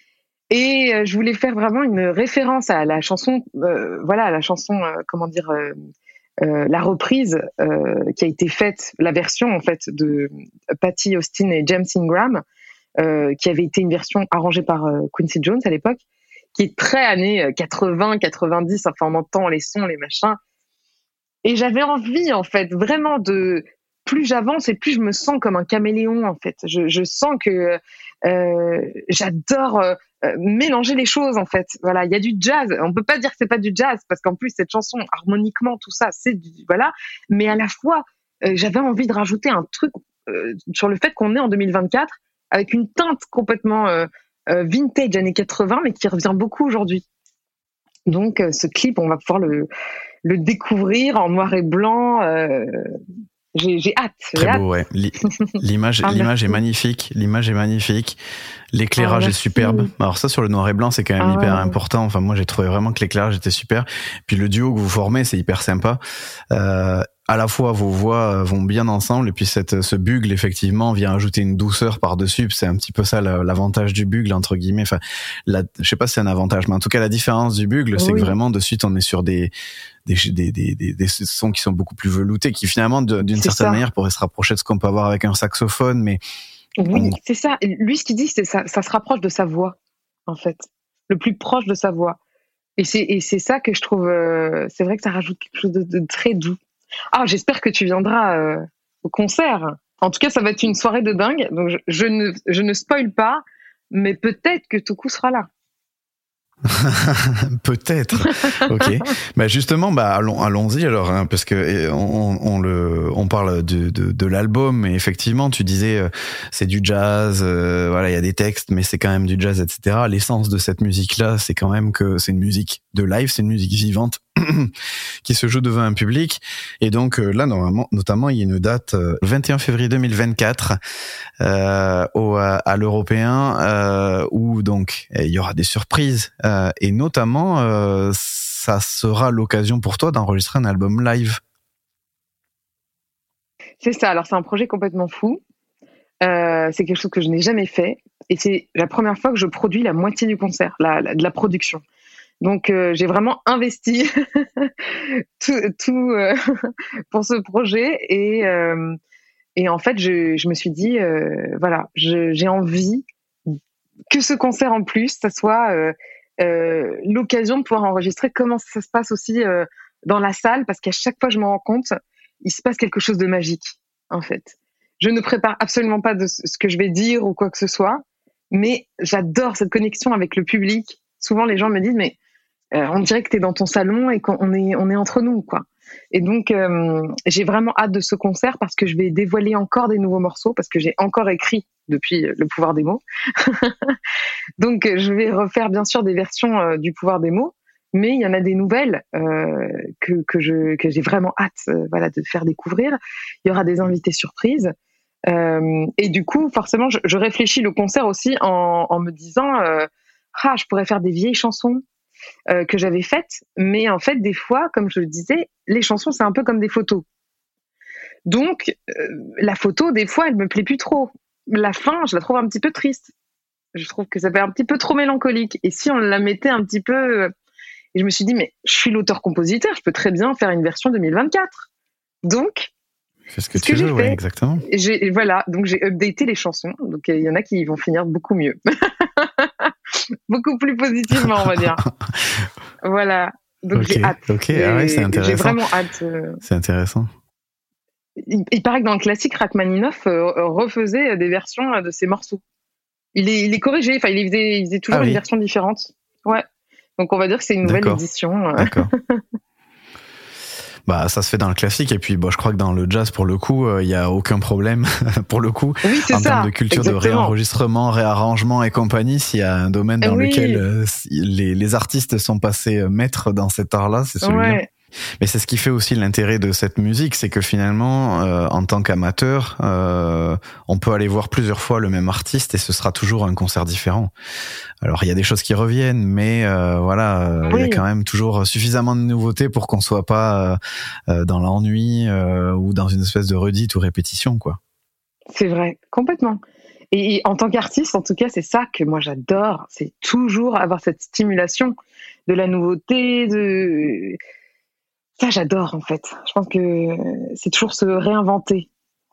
Et euh, je voulais faire vraiment une référence à la chanson, euh, voilà, à la chanson, euh, comment dire, euh, euh, la reprise euh, qui a été faite, la version en fait de Patti Austin et James Ingram, euh, qui avait été une version arrangée par euh, Quincy Jones à l'époque, qui est très années quatre-vingts, quatre-vingt-dix, enfin on entend les sons, les machins. Et j'avais envie en fait vraiment de, plus j'avance et plus je me sens comme un caméléon en fait. Je, je sens que euh, j'adore euh, mélanger les choses en fait. Voilà, il y a du jazz. On peut pas dire que c'est pas du jazz parce qu'en plus cette chanson harmoniquement tout ça c'est du, voilà. Mais à la fois euh, j'avais envie de rajouter un truc euh, sur le fait qu'on est en deux mille vingt-quatre avec une teinte complètement euh, euh, vintage années quatre-vingts mais qui revient beaucoup aujourd'hui. Donc euh, ce clip on va pouvoir le le découvrir en noir et blanc. Euh, J'ai, j'ai hâte. J'ai Très hâte. beau, ouais. L'image, ah, l'image est magnifique. L'image est magnifique. L'éclairage ah, est superbe. Alors ça, sur le noir et blanc, c'est quand même ah, hyper ouais. important. Enfin, moi, j'ai trouvé vraiment que l'éclairage était super. Puis le duo que vous formez, c'est hyper sympa. Euh, à la fois, vos voix vont bien ensemble. Et puis cette, ce bugle, effectivement, vient ajouter une douceur par-dessus. C'est un petit peu ça l'avantage du bugle, entre guillemets. Enfin, la, je sais pas si c'est un avantage, mais en tout cas, la différence du bugle, oui. c'est que vraiment, de suite, on est sur des, des, des, des, des, des sons qui sont beaucoup plus veloutés, qui finalement, d'une certaine ça. manière, pourraient se rapprocher de ce qu'on peut avoir avec un saxophone, mais... Oui, on... c'est ça. Lui, ce qu'il dit, c'est ça, ça se rapproche de sa voix, en fait. Le plus proche de sa voix. Et c'est, et c'est ça que je trouve... Euh, c'est vrai que ça rajoute quelque chose de, de très doux. Ah, j'espère que tu viendras euh, au concert. En tout cas, ça va être une soirée de dingue. Donc, je, je, ne, je ne spoil pas, mais peut-être que Toku sera là. Peut-être. Ok. Bah justement, bah allons, allons-y alors, hein, parce que on, on le, on parle de, de, de l'album, mais effectivement, tu disais, euh, c'est du jazz, euh, voilà, il y a des textes, mais c'est quand même du jazz, et cetera. L'essence de cette musique-là, c'est quand même que c'est une musique de live, c'est une musique vivante qui se joue devant un public. Et donc euh, là, normalement, notamment, il y a une date, euh, vingt et un février deux mille vingt-quatre, euh, au, à l'Européen, euh, où donc il y aura des surprises. Euh, et notamment, euh, ça sera l'occasion pour toi d'enregistrer un album live. C'est ça. Alors, c'est un projet complètement fou. Euh, c'est quelque chose que je n'ai jamais fait. Et c'est la première fois que je produis la moitié du concert, la, la, de la production. Donc, euh, j'ai vraiment investi tout, tout euh, pour ce projet. Et, euh, et en fait, je, je me suis dit, euh, voilà, je, j'ai envie que ce concert en plus, ça soit... Euh, Euh, l'occasion de pouvoir enregistrer comment ça se passe aussi euh, dans la salle, parce qu'à chaque fois je me rends compte, il se passe quelque chose de magique en fait. Je ne prépare absolument pas de ce que je vais dire ou quoi que ce soit, mais j'adore cette connexion avec le public. Souvent les gens me disent mais euh, on dirait que t'es dans ton salon et qu'on est, on est entre nous quoi. Et donc euh, j'ai vraiment hâte de ce concert parce que je vais dévoiler encore des nouveaux morceaux, parce que j'ai encore écrit depuis Le Pouvoir des mots. Donc je vais refaire bien sûr des versions euh, du Pouvoir des mots, mais il y en a des nouvelles euh, que que je que j'ai vraiment hâte euh, voilà de faire découvrir. Il y aura des invités surprises euh, et du coup forcément je, je réfléchis le concert aussi en en me disant euh, ah je pourrais faire des vieilles chansons euh, que j'avais faites, mais en fait des fois comme je le disais les chansons c'est un peu comme des photos. Donc euh, la photo des fois elle me plaît plus trop. La fin, je la trouve un petit peu triste. Je trouve que ça fait un petit peu trop mélancolique. Et si on la mettait un petit peu... Et je me suis dit, mais je suis l'auteur-compositeur, je peux très bien faire une version deux mille vingt-quatre. Donc, fais ce que tu veux, ouais, exactement. J'ai, voilà, donc j'ai updaté les chansons. Donc il y en a qui vont finir beaucoup mieux. Beaucoup plus positivement, on va dire. Voilà. Donc okay, j'ai hâte. Ok, ah ouais, c'est intéressant. J'ai vraiment hâte. Euh... C'est intéressant. Il, il paraît que dans le classique, Rachmaninoff euh, refaisait des versions de ses morceaux. Il est, il est corrigé, enfin, il faisait, il faisait toujours ah, oui. une version différente. Ouais. Donc, on va dire que c'est une nouvelle D'accord. édition. D'accord. Bah, ça se fait dans le classique, et puis, bon, je crois que dans le jazz, pour le coup, il euh, y a aucun problème, pour le coup. Oui, c'est en ça. termes de culture Exactement. De réenregistrement, réarrangement et compagnie, s'il y a un domaine dans oui. lequel euh, les, les artistes sont passés maîtres dans cet art-là, c'est celui-là. Ouais. Mais c'est ce qui fait aussi l'intérêt de cette musique, c'est que finalement, euh, en tant qu'amateur, euh, on peut aller voir plusieurs fois le même artiste et ce sera toujours un concert différent. Alors il y a des choses qui reviennent, mais euh, voilà, il oui. y a quand même toujours suffisamment de nouveautés pour qu'on soit pas euh, dans l'ennui euh, ou dans une espèce de redite ou répétition, quoi. C'est vrai, complètement. Et en tant qu'artiste, en tout cas, c'est ça que moi j'adore. C'est toujours avoir cette stimulation de la nouveauté, de ça j'adore en fait. Je pense que c'est toujours se réinventer.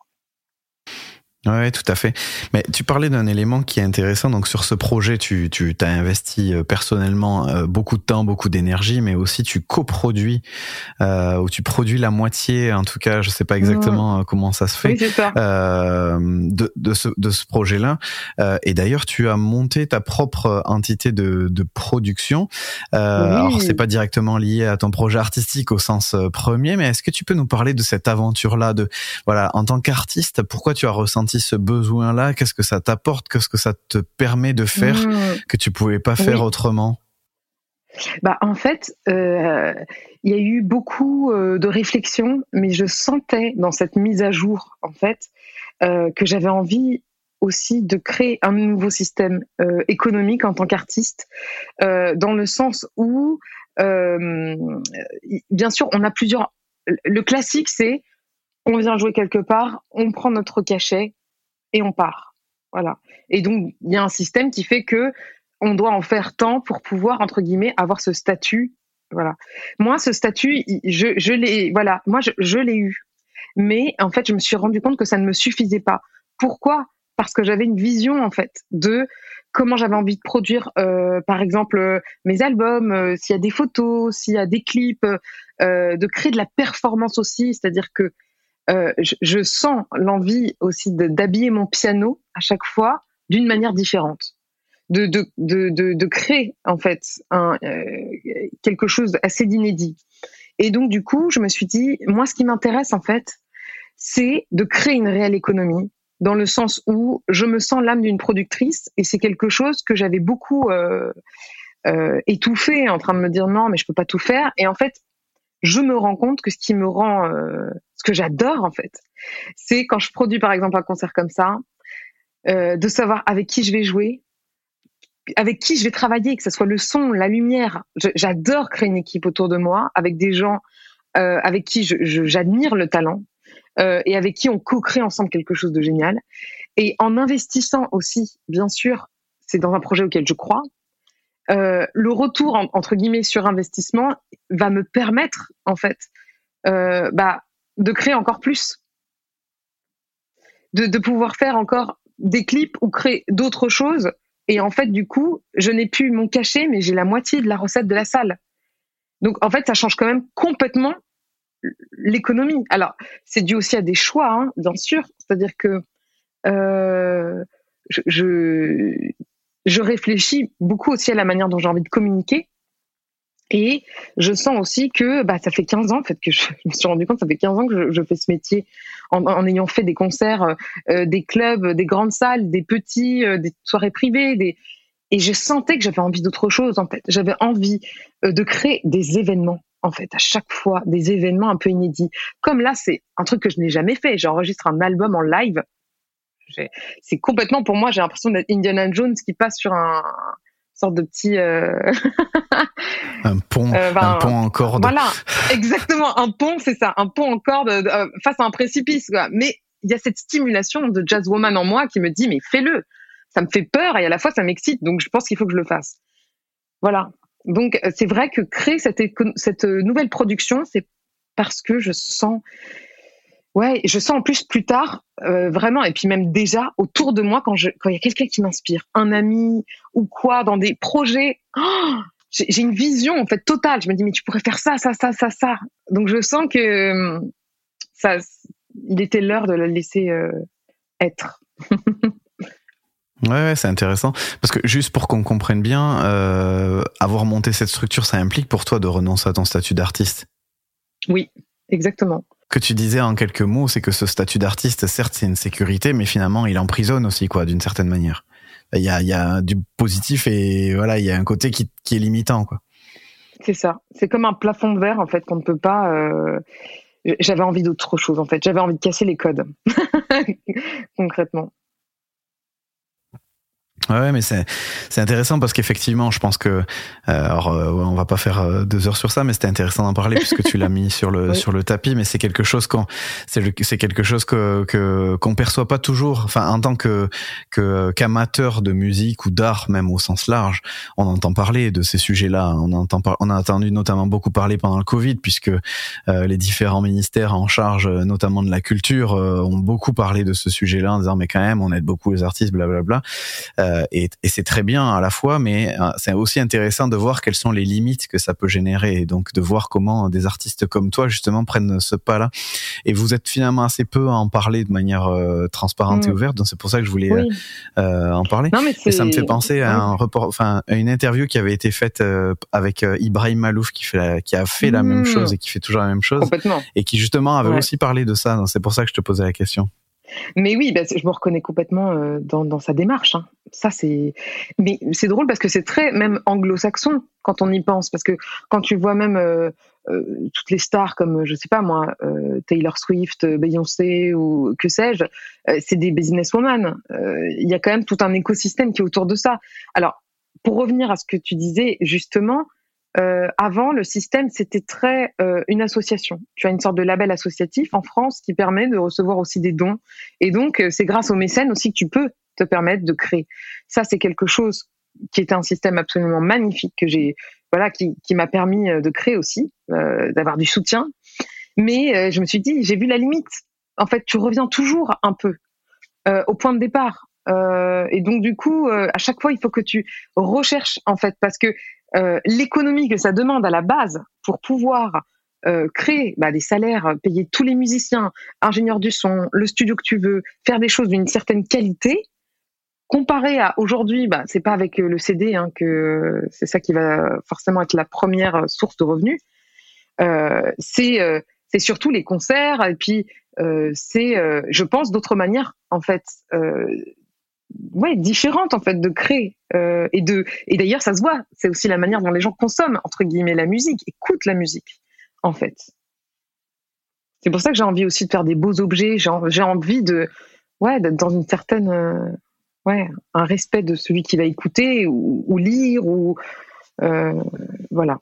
Ouais, tout à fait. Mais tu parlais d'un élément qui est intéressant. Donc sur ce projet, tu tu t'as investi personnellement beaucoup de temps, beaucoup d'énergie, mais aussi tu coproduis euh, ou tu produis la moitié. En tout cas, je sais pas exactement mmh. comment ça se fait. Oui, c'est ça. Euh, de de ce de ce projet-là. Euh, et d'ailleurs, tu as monté ta propre entité de de production. Euh, oui. Alors c'est pas directement lié à ton projet artistique au sens premier, mais est-ce que tu peux nous parler de cette aventure-là, de voilà, en tant qu'artiste, pourquoi tu as ressenti ce besoin-là, qu'est-ce que ça t'apporte, qu'est-ce que ça te permet de faire mmh. que tu pouvais pas faire oui. autrement? Bah en fait, euh, il y a eu beaucoup euh, de réflexions, mais je sentais dans cette mise à jour en fait euh, que j'avais envie aussi de créer un nouveau système euh, économique en tant qu'artiste, euh, dans le sens où, euh, bien sûr, on a plusieurs. Le classique, c'est on vient jouer quelque part, on prend notre cachet et on part. Voilà. Et donc, il y a un système qui fait que on doit en faire tant pour pouvoir, entre guillemets, avoir ce statut. Voilà. Moi, ce statut, je, je l'ai, voilà. Moi, je, je l'ai eu. Mais, en fait, je me suis rendu compte que ça ne me suffisait pas. Pourquoi? Parce que j'avais une vision, en fait, de comment j'avais envie de produire, euh, par exemple, euh, mes albums, euh, s'il y a des photos, s'il y a des clips, euh, de créer de la performance aussi. C'est-à-dire que Euh, je, je sens l'envie aussi de, d'habiller mon piano à chaque fois d'une manière différente, de, de, de, de, de créer en fait un, euh, quelque chose assez d'inédit. Et donc du coup, je me suis dit, moi, ce qui m'intéresse en fait, c'est de créer une réelle économie, dans le sens où je me sens l'âme d'une productrice, et c'est quelque chose que j'avais beaucoup euh, euh, étouffé, en train de me dire non, mais je peux pas tout faire. Et en fait, je me rends compte que ce qui me rend, euh, ce que j'adore en fait, c'est quand je produis par exemple un concert comme ça, euh, de savoir avec qui je vais jouer, avec qui je vais travailler, que ce soit le son, la lumière. Je, j'adore créer une équipe autour de moi, avec des gens euh, avec qui je, je, j'admire le talent euh, et avec qui on co-crée ensemble quelque chose de génial. Et en investissant aussi, bien sûr, c'est dans un projet auquel je crois. Euh, le retour en, entre guillemets sur investissement va me permettre en fait euh, bah, de créer encore plus, de, de pouvoir faire encore des clips ou créer d'autres choses. Et en fait du coup je n'ai plus mon cachet, mais j'ai la moitié de la recette de la salle. Donc en fait ça change quand même complètement l'économie. Alors c'est dû aussi à des choix, hein, bien sûr, c'est-à-dire que euh, je, je Je réfléchis beaucoup aussi à la manière dont j'ai envie de communiquer, et je sens aussi que bah, ça fait quinze ans en fait que je, je me suis rendu compte, ça fait quinze ans que je, je fais ce métier en, en ayant fait des concerts, euh, des clubs, des grandes salles, des petits, euh, des soirées privées, des... et je sentais que j'avais envie d'autre chose en fait. J'avais envie euh, de créer des événements en fait, à chaque fois, des événements un peu inédits. Comme là, c'est un truc que je n'ai jamais fait. J'enregistre un album en live. J'ai, c'est complètement, pour moi, j'ai l'impression d'être Indiana Jones qui passe sur un, une sorte de petit euh... un pont, euh, ben, un pont en corde. Voilà, exactement, un pont, c'est ça, un pont en corde euh, face à un précipice, quoi. Mais il y a cette stimulation de jazzwoman en moi qui me dit mais fais-le. Ça me fait peur et à la fois ça m'excite, donc je pense qu'il faut que je le fasse. Voilà. Donc c'est vrai que créer cette éco- cette nouvelle production, c'est parce que je sens Ouais, je sens en plus plus tard, euh, vraiment, et puis même déjà autour de moi, quand je, quand il y a quelqu'un qui m'inspire, un ami ou quoi, dans des projets, oh, j'ai, j'ai une vision en fait totale. Je me dis mais tu pourrais faire ça, ça, ça, ça, ça. Donc je sens que ça, il était l'heure de le laisser euh, être. Ouais, c'est intéressant parce que juste pour qu'on comprenne bien, euh, avoir monté cette structure, ça implique pour toi de renoncer à ton statut d'artiste. Oui, exactement. Que tu disais en quelques mots, c'est que ce statut d'artiste, certes, c'est une sécurité, mais finalement, il emprisonne aussi, quoi, d'une certaine manière. Il y a, il y a du positif et voilà, il y a un côté qui, qui est limitant, quoi. C'est ça. C'est comme un plafond de verre, en fait, qu'on ne peut pas. Euh... J'avais envie d'autre chose, en fait. J'avais envie de casser les codes, concrètement. Ouais, mais c'est c'est intéressant parce qu'effectivement, je pense que euh, alors euh, on va pas faire euh, deux heures sur ça, mais c'était intéressant d'en parler puisque tu l'as mis sur le oui. sur le tapis. Mais c'est quelque chose qu'on c'est le, c'est quelque chose que que qu'on perçoit pas toujours. Enfin, en tant que que qu'amateur de musique ou d'art, même au sens large, on entend parler de ces sujets-là. On entend par, on a entendu notamment beaucoup parler pendant le Covid, puisque euh, les différents ministères en charge, notamment de la culture, euh, ont beaucoup parlé de ce sujet-là en disant mais quand même, on aide beaucoup les artistes, blablabla. Euh, Et, et c'est très bien à la fois, mais c'est aussi intéressant de voir quelles sont les limites que ça peut générer, et donc de voir comment des artistes comme toi justement prennent ce pas-là. Et vous êtes finalement assez peu à en parler de manière euh, transparente mmh. et ouverte, donc c'est pour ça que je voulais oui. euh, en parler. Non, mais et ça me fait penser à un report, enfin à une interview qui avait été faite euh, avec euh, Ibrahim Malouf qui fait, la, qui a fait mmh. la même chose et qui fait toujours la même chose, et qui justement avait ouais. aussi parlé de ça. Donc c'est pour ça que je te posais la question. Mais oui, bah, je me reconnais complètement euh, dans, dans sa démarche. Hein. Ça, c'est. Mais c'est drôle parce que c'est très même anglo-saxon quand on y pense, parce que quand tu vois même euh, euh, toutes les stars comme je sais pas moi, euh, Taylor Swift, Beyoncé ou que sais-je, euh, c'est des businesswomen. Il euh, y a quand même tout un écosystème qui est autour de ça. Alors, pour revenir à ce que tu disais justement. Euh, avant, le système, c'était très euh, une association. Tu as une sorte de label associatif en France qui permet de recevoir aussi des dons. Et donc, euh, c'est grâce aux mécènes aussi que tu peux te permettre de créer. Ça, c'est quelque chose qui était un système absolument magnifique que j'ai, voilà, qui, qui m'a permis de créer aussi, euh, d'avoir du soutien. Mais euh, je me suis dit, j'ai vu la limite. En fait, tu reviens toujours un peu euh, au point de départ. Euh, et donc, du coup, euh, à chaque fois, il faut que tu recherches, en fait, parce que Euh, l'économie que ça demande à la base pour pouvoir euh, créer bah, des salaires, payer tous les musiciens, ingénieurs du son, le studio que tu veux, faire des choses d'une certaine qualité, comparé à aujourd'hui, bah, c'est pas avec le C D hein, que c'est ça qui va forcément être la première source de revenus. Euh, c'est euh, c'est surtout les concerts et puis euh, c'est, euh, je pense, d'autres manières en fait. Euh, ouais différente en fait de créer euh, et de et d'ailleurs ça se voit, c'est aussi la manière dont les gens consomment entre guillemets la musique, écoutent la musique en fait. C'est pour ça que j'ai envie aussi de faire des beaux objets, j'ai, j'ai envie de ouais d'être dans une certaine euh, ouais un respect de celui qui va écouter ou, ou lire ou euh, voilà.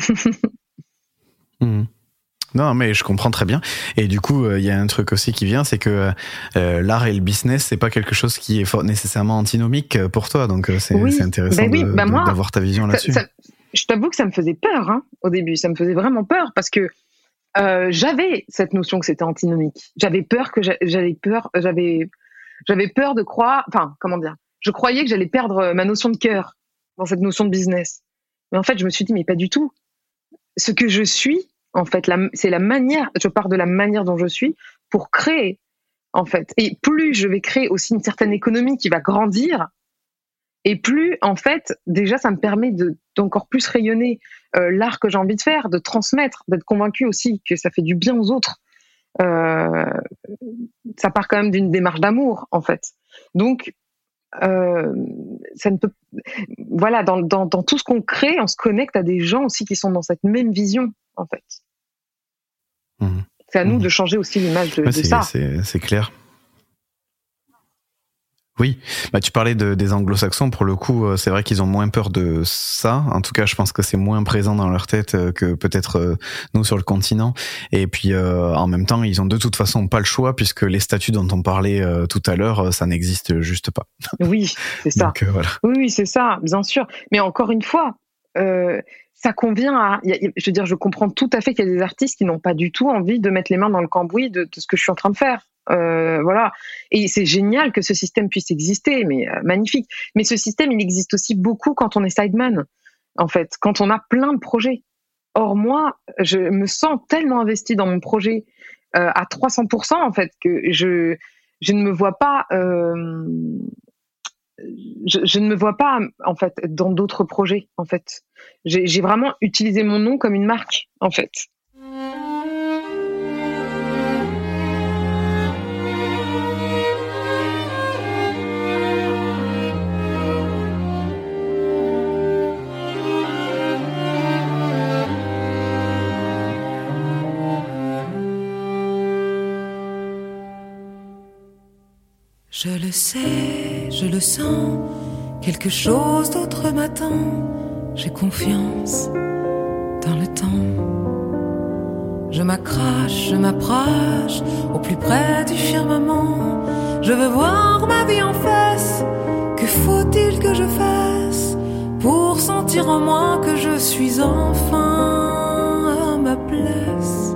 mmh. Non, mais je comprends très bien. Et du coup, il euh, y a un truc aussi qui vient, c'est que euh, l'art et le business, c'est pas quelque chose qui est nécessairement antinomique pour toi. Donc, c'est, oui. c'est intéressant ben oui, de, ben de, moi, d'avoir ta vision là-dessus. Ça, ça, je t'avoue que ça me faisait peur hein, au début. Ça me faisait vraiment peur parce que euh, j'avais cette notion que c'était antinomique. J'avais peur que j'a, j'avais peur, j'avais, j'avais peur de croire. Enfin, comment dire ? Je croyais que j'allais perdre ma notion de cœur dans cette notion de business. Mais en fait, je me suis dit, mais pas du tout. Ce que je suis. En fait, la, c'est la manière, je pars de la manière dont je suis pour créer, en fait. Et plus je vais créer aussi une certaine économie qui va grandir, et plus, en fait, déjà, ça me permet de, d'encore plus rayonner euh, l'art que j'ai envie de faire, de transmettre, d'être convaincu aussi que ça fait du bien aux autres. Euh, ça part quand même d'une démarche d'amour, en fait. Donc, euh, ça ne peut, voilà, dans, dans, dans tout ce qu'on crée, on se connecte à des gens aussi qui sont dans cette même vision. En fait, mmh. c'est à nous mmh. de changer aussi l'image de, ouais, de c'est, ça. C'est, c'est clair. Oui, bah tu parlais de, des anglo-saxons, pour le coup, c'est vrai qu'ils ont moins peur de ça. En tout cas, je pense que c'est moins présent dans leur tête que peut-être nous sur le continent. Et puis, euh, en même temps, ils ont de toute façon pas le choix puisque les statuts dont on parlait euh, tout à l'heure, ça n'existe juste pas. Oui, c'est ça. Donc, euh, voilà. Oui, oui, c'est ça, bien sûr. Mais encore une fois, euh, ça convient à, je veux dire, je comprends tout à fait qu'il y a des artistes qui n'ont pas du tout envie de mettre les mains dans le cambouis de, de ce que je suis en train de faire. Euh, voilà. Et c'est génial que ce système puisse exister, mais euh, magnifique. Mais ce système, il existe aussi beaucoup quand on est sideman, en fait, quand on a plein de projets. Or, moi, je me sens tellement investie dans mon projet euh, à trois cents pour cent, en fait, que je, je ne me vois pas... Euh, Je, je ne me vois pas en fait dans d'autres projets en fait. J'ai, j'ai vraiment utilisé mon nom comme une marque en fait. Je le sais, je le sens, quelque chose d'autre m'attend. J'ai confiance dans le temps. Je m'accroche, je m'approche au plus près du firmament. Je veux voir ma vie en face. Que faut-il que je fasse pour sentir en moi que je suis enfin à ma place?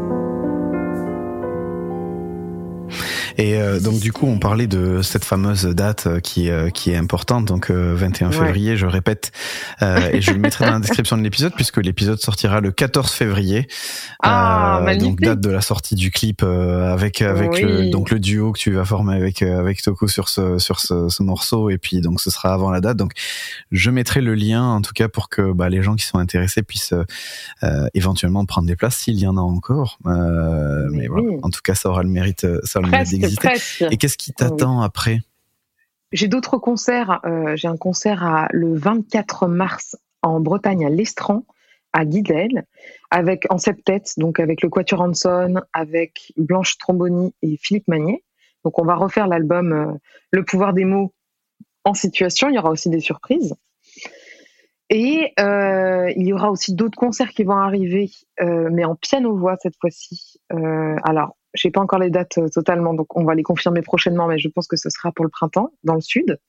Et euh, donc du coup, on parlait de cette fameuse date qui euh, qui est importante, donc euh, vingt et un février, ouais. Je répète, euh, et je le mettrai dans la description de l'épisode puisque l'épisode sortira le quatorze février. Ah, euh, magnifique. Donc date de la sortie du clip euh, avec avec oui. le donc le duo que tu vas former avec euh, avec Toko sur ce sur ce, ce morceau, et puis donc ce sera avant la date. Donc je mettrai le lien en tout cas pour que bah, les gens qui sont intéressés puissent euh, éventuellement prendre des places s'il y en a encore. Euh, mais, mais oui. Voilà, en tout cas ça aura le mérite ça aura le mérite d'exister. Presque. Et qu'est-ce qui t'attend oui. après? J'ai d'autres concerts. Euh, j'ai un concert à, le vingt-quatre mars en Bretagne à l'Estran, à Guidel, avec en septet, donc avec le Quatuor Hanson, avec Blanche Tromboni et Philippe Magnier. Donc on va refaire l'album euh, Le pouvoir des mots en situation. Il y aura aussi des surprises. Et euh, il y aura aussi d'autres concerts qui vont arriver, euh, mais en piano-voix cette fois-ci. Euh, alors, je sais pas encore les dates euh, totalement, donc on va les confirmer prochainement, mais je pense que ce sera pour le printemps, dans le sud.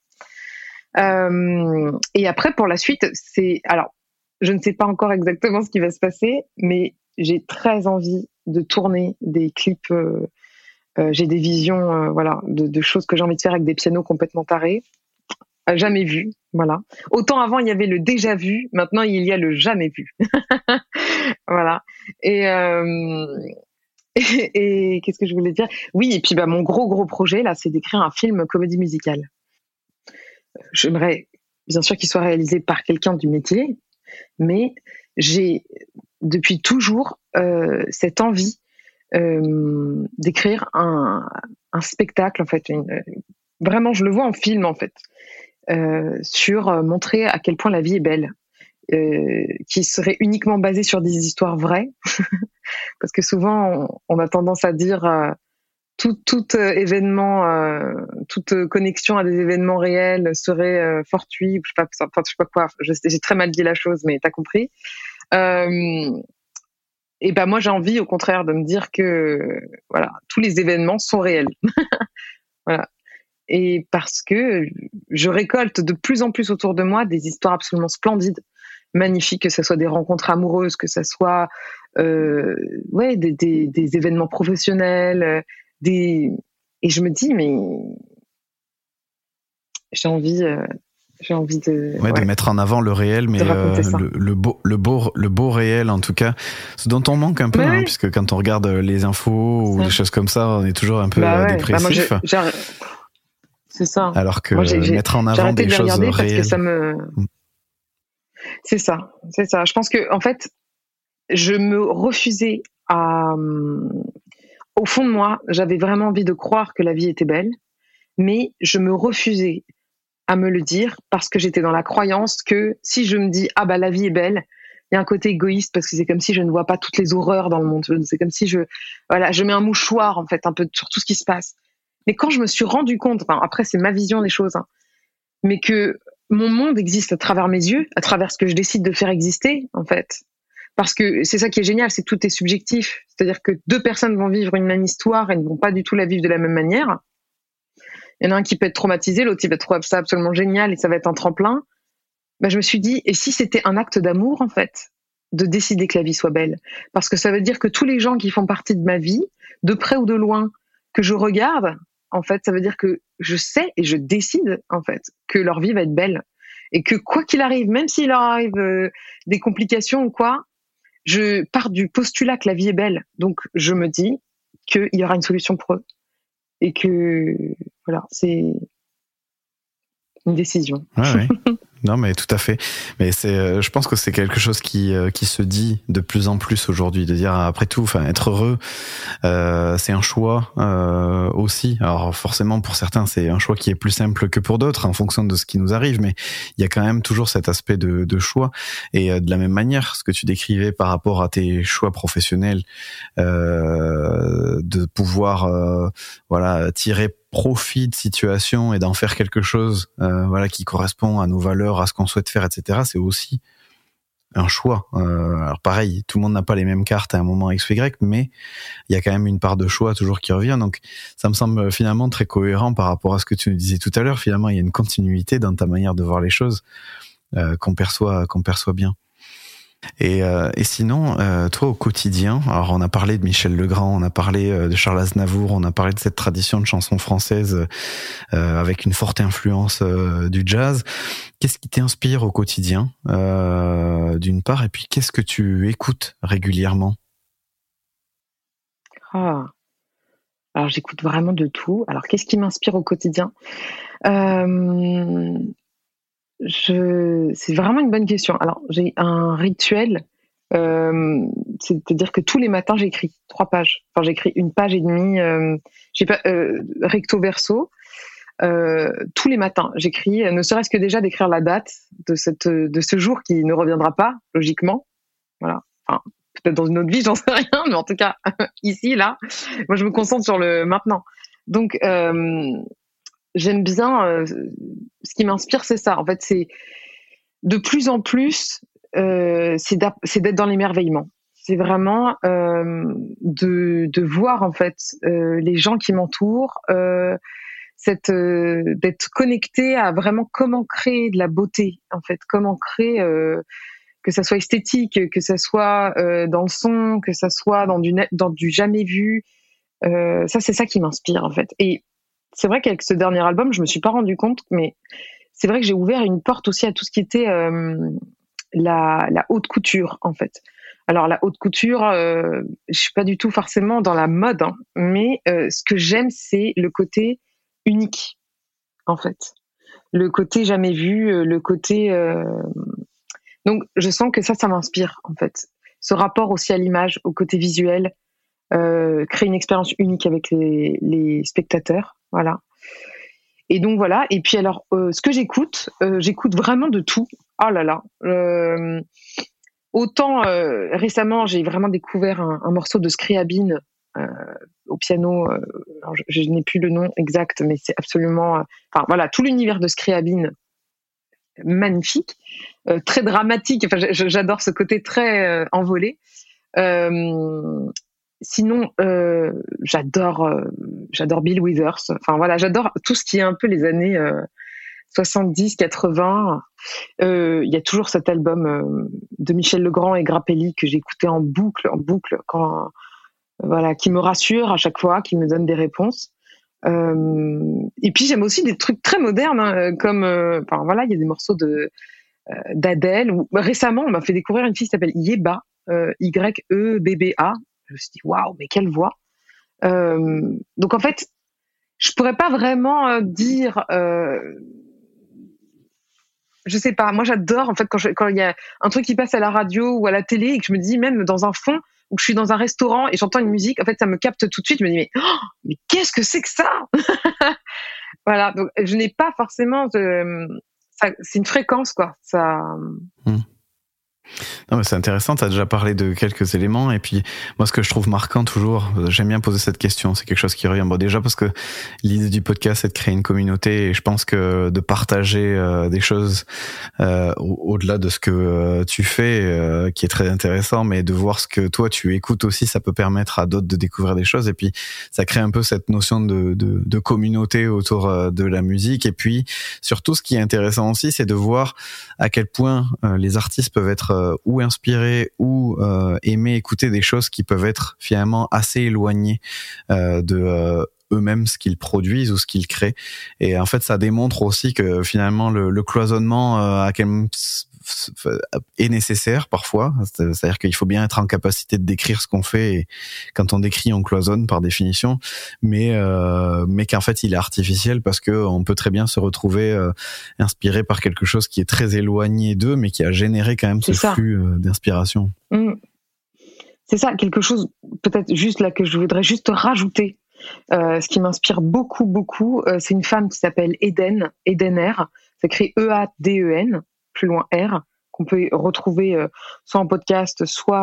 Euh, et après, pour la suite, c'est... Alors, je ne sais pas encore exactement ce qui va se passer, mais j'ai très envie de tourner des clips. Euh, euh, j'ai des visions euh, voilà, de, de choses que j'ai envie de faire avec des pianos complètement tarés. Jamais vu, voilà. Autant avant il y avait le déjà vu, maintenant il y a le jamais vu. Voilà. Et, euh, et, et qu'est-ce que je voulais dire? Oui, et puis bah mon gros gros projet là, c'est d'écrire un film comédie musicale. J'aimerais bien sûr qu'il soit réalisé par quelqu'un du métier, mais j'ai depuis toujours euh, cette envie euh, d'écrire un, un spectacle en fait. Une, vraiment, je le vois en film en fait. Euh, sur euh, montrer à quel point la vie est belle, euh, qui serait uniquement basée sur des histoires vraies, parce que souvent on, on a tendance à dire euh, tout, tout euh, événement, euh, toute connexion à des événements réels serait euh, fortuit, je sais pas, enfin, je sais pas quoi, je, j'ai très mal dit la chose, mais t'as compris. Euh, et ben moi j'ai envie au contraire de me dire que voilà, tous les événements sont réels. Voilà. Et parce que je récolte de plus en plus autour de moi des histoires absolument splendides, magnifiques, que ce soit des rencontres amoureuses, que ce soit euh, ouais, des, des, des événements professionnels, des... et je me dis, mais j'ai envie... Euh... J'ai envie de, ouais, ouais. de mettre en avant le réel, mais euh, le, le beau, le beau, le beau réel en tout cas, ce dont on manque un peu, hein, oui. Puisque quand on regarde les infos ou ça. Des choses comme ça, on est toujours un peu bah ouais. dépressif. Bah moi, j'ai, j'ai... C'est ça. Alors que moi, j'ai, j'ai, mettre en avant des de choses réelles. Parce que ça me, c'est ça, c'est ça. Je pense que en fait, je me refusais à, au fond de moi, j'avais vraiment envie de croire que la vie était belle, mais je me refusais à me le dire parce que j'étais dans la croyance que si je me dis ah bah la vie est belle, il y a un côté égoïste parce que c'est comme si je ne vois pas toutes les horreurs dans le monde. C'est comme si je voilà, je mets un mouchoir en fait un peu sur tout ce qui se passe. Mais quand je me suis rendu compte, enfin après c'est ma vision des choses, hein, mais que mon monde existe à travers mes yeux, à travers ce que je décide de faire exister en fait. Parce que c'est ça qui est génial, c'est que tout est subjectif. C'est-à-dire que deux personnes vont vivre une même histoire et ne vont pas du tout la vivre de la même manière. Il y en a un qui peut être traumatisé, l'autre il va trouver ça absolument génial et ça va être un tremplin. Ben, je me suis dit, et si c'était un acte d'amour en fait, de décider que la vie soit belle? Parce que ça veut dire que tous les gens qui font partie de ma vie, de près ou de loin, que je regarde, en fait, ça veut dire que je sais et je décide en fait que leur vie va être belle. Et que quoi qu'il arrive, même s'il leur arrive euh, des complications ou quoi, je pars du postulat que la vie est belle. Donc je me dis qu'il y aura une solution pour eux. Et que, voilà, c'est une décision. Ouais, ouais. Non, mais tout à fait. Mais c'est, je pense que c'est quelque chose qui qui se dit de plus en plus aujourd'hui, de dire après tout, enfin, être heureux, euh, c'est un choix euh, aussi. Alors forcément, pour certains, c'est un choix qui est plus simple que pour d'autres, en fonction de ce qui nous arrive. Mais il y a quand même toujours cet aspect de, de choix. Et euh, de la même manière, ce que tu décrivais par rapport à tes choix professionnels, euh, de pouvoir, euh, voilà, tirer profit de situation et d'en faire quelque chose, euh, voilà, qui correspond à nos valeurs, à ce qu'on souhaite faire, et cetera. C'est aussi un choix. Euh, alors pareil, tout le monde n'a pas les mêmes cartes à un moment X ou Y, mais il y a quand même une part de choix toujours qui revient. Donc ça me semble finalement très cohérent par rapport à ce que tu nous disais tout à l'heure. Finalement, il y a une continuité dans ta manière de voir les choses euh, qu'on perçoit, qu'on perçoit bien. Et, euh, et sinon, euh, toi au quotidien, alors on a parlé de Michel Legrand, on a parlé euh, de Charles Aznavour, on a parlé de cette tradition de chanson française euh, avec une forte influence euh, du jazz. Qu'est-ce qui t'inspire au quotidien, euh, d'une part, et puis qu'est-ce que tu écoutes régulièrement? Ah. Alors j'écoute vraiment de tout. Alors qu'est-ce qui m'inspire au quotidien? euh... Je... C'est vraiment une bonne question. Alors, j'ai un rituel, euh, c'est-à-dire que tous les matins, j'écris trois pages. Enfin, j'écris une page et demie, euh, j'ai pas, euh, recto verso. Euh, tous les matins, j'écris, ne serait-ce que déjà d'écrire la date de cette, de ce jour qui ne reviendra pas, logiquement. Voilà. Enfin, peut-être dans une autre vie, j'en sais rien, mais en tout cas, ici, là, moi, je me concentre sur le maintenant. Donc, euh, j'aime bien, euh, ce qui m'inspire, c'est ça. En fait, c'est de plus en plus, euh, c'est, c'est d'être dans l'émerveillement. C'est vraiment euh, de, de voir en fait euh, les gens qui m'entourent, euh, cette, euh, d'être connecté à vraiment comment créer de la beauté, en fait, comment créer, euh, que ça soit esthétique, que ça soit euh, dans le son, que ça soit dans du, dans du jamais vu. Euh, ça, c'est ça qui m'inspire en fait. Et c'est vrai qu'avec ce dernier album, je me suis pas rendu compte, mais c'est vrai que j'ai ouvert une porte aussi à tout ce qui était euh, la, la haute couture, en fait. Alors la haute couture, euh, je suis pas du tout forcément dans la mode, hein, mais euh, ce que j'aime, c'est le côté unique, en fait. Le côté jamais vu, le côté... Euh... Donc je sens que ça, ça m'inspire, en fait. Ce rapport aussi à l'image, au côté visuel, euh, créer une expérience unique avec les, les spectateurs. Voilà. Et donc voilà. Et puis alors, euh, ce que j'écoute, euh, j'écoute vraiment de tout. Oh là là. Euh, autant euh, récemment, j'ai vraiment découvert un, un morceau de Scriabine euh, au piano. Euh, alors je, je n'ai plus le nom exact, mais c'est absolument. Euh, enfin voilà, tout l'univers de Scriabine, magnifique, euh, très dramatique. Enfin, j'adore ce côté très euh, envolé. Euh, Sinon, euh, j'adore, euh, j'adore Bill Withers. Enfin voilà, j'adore tout ce qui est un peu les années euh, soixante-dix, quatre-vingts. Euh, il y a toujours cet album euh, de Michel Legrand et Grappelli que j'écoutais en boucle, en boucle, quand, euh, voilà, qui me rassure à chaque fois, qui me donne des réponses. Euh, et puis j'aime aussi des trucs très modernes, hein, comme, euh, enfin voilà, il y a des morceaux de euh, d'Adèle. Ou, récemment, on m'a fait découvrir une fille qui s'appelle Yeba, euh, Y E B B A. Je me suis dit, waouh, mais quelle voix! Euh, donc, en fait, je pourrais pas vraiment euh, dire, euh, je sais pas, moi j'adore, en fait, quand je, quand il y a un truc qui passe à la radio ou à la télé et que je me dis, même dans un fond, où je suis dans un restaurant et j'entends une musique, en fait, ça me capte tout de suite, je me dis, mais, oh, mais qu'est-ce que c'est que ça? Voilà, donc je n'ai pas forcément, de, ça, c'est une fréquence, quoi, ça... Mmh. Non, mais c'est intéressant, tu as déjà parlé de quelques éléments, et puis moi ce que je trouve marquant toujours, j'aime bien poser cette question, c'est quelque chose qui revient, bon déjà parce que l'idée du podcast c'est de créer une communauté, et je pense que de partager euh, des choses euh, au- au-delà de ce que euh, tu fais, euh, qui est très intéressant, mais de voir ce que toi tu écoutes aussi, ça peut permettre à d'autres de découvrir des choses, et puis ça crée un peu cette notion de, de, de communauté autour euh, de la musique, et puis surtout ce qui est intéressant aussi c'est de voir à quel point euh, les artistes peuvent être euh, ou inspirés ou euh, aimer écouter des choses qui peuvent être finalement assez éloignées euh, de euh, eux-mêmes, ce qu'ils produisent ou ce qu'ils créent. Et en fait, ça démontre aussi que finalement le, le cloisonnement euh, à quel est nécessaire parfois. C'est-à-dire qu'il faut bien être en capacité de décrire ce qu'on fait, et quand on décrit, on cloisonne par définition, mais euh, mais qu'en fait il est artificiel parce que on peut très bien se retrouver euh, inspiré par quelque chose qui est très éloigné d'eux, mais qui a généré quand même C'est ce ça. flux euh, d'inspiration. Mmh. C'est ça, quelque chose peut-être juste là que je voudrais juste rajouter. Euh, ce qui m'inspire beaucoup, beaucoup, euh, c'est une femme qui s'appelle Eden, Eden R. Ça écrit E A D E N, plus loin R, qu'on peut retrouver euh, soit en podcast, soit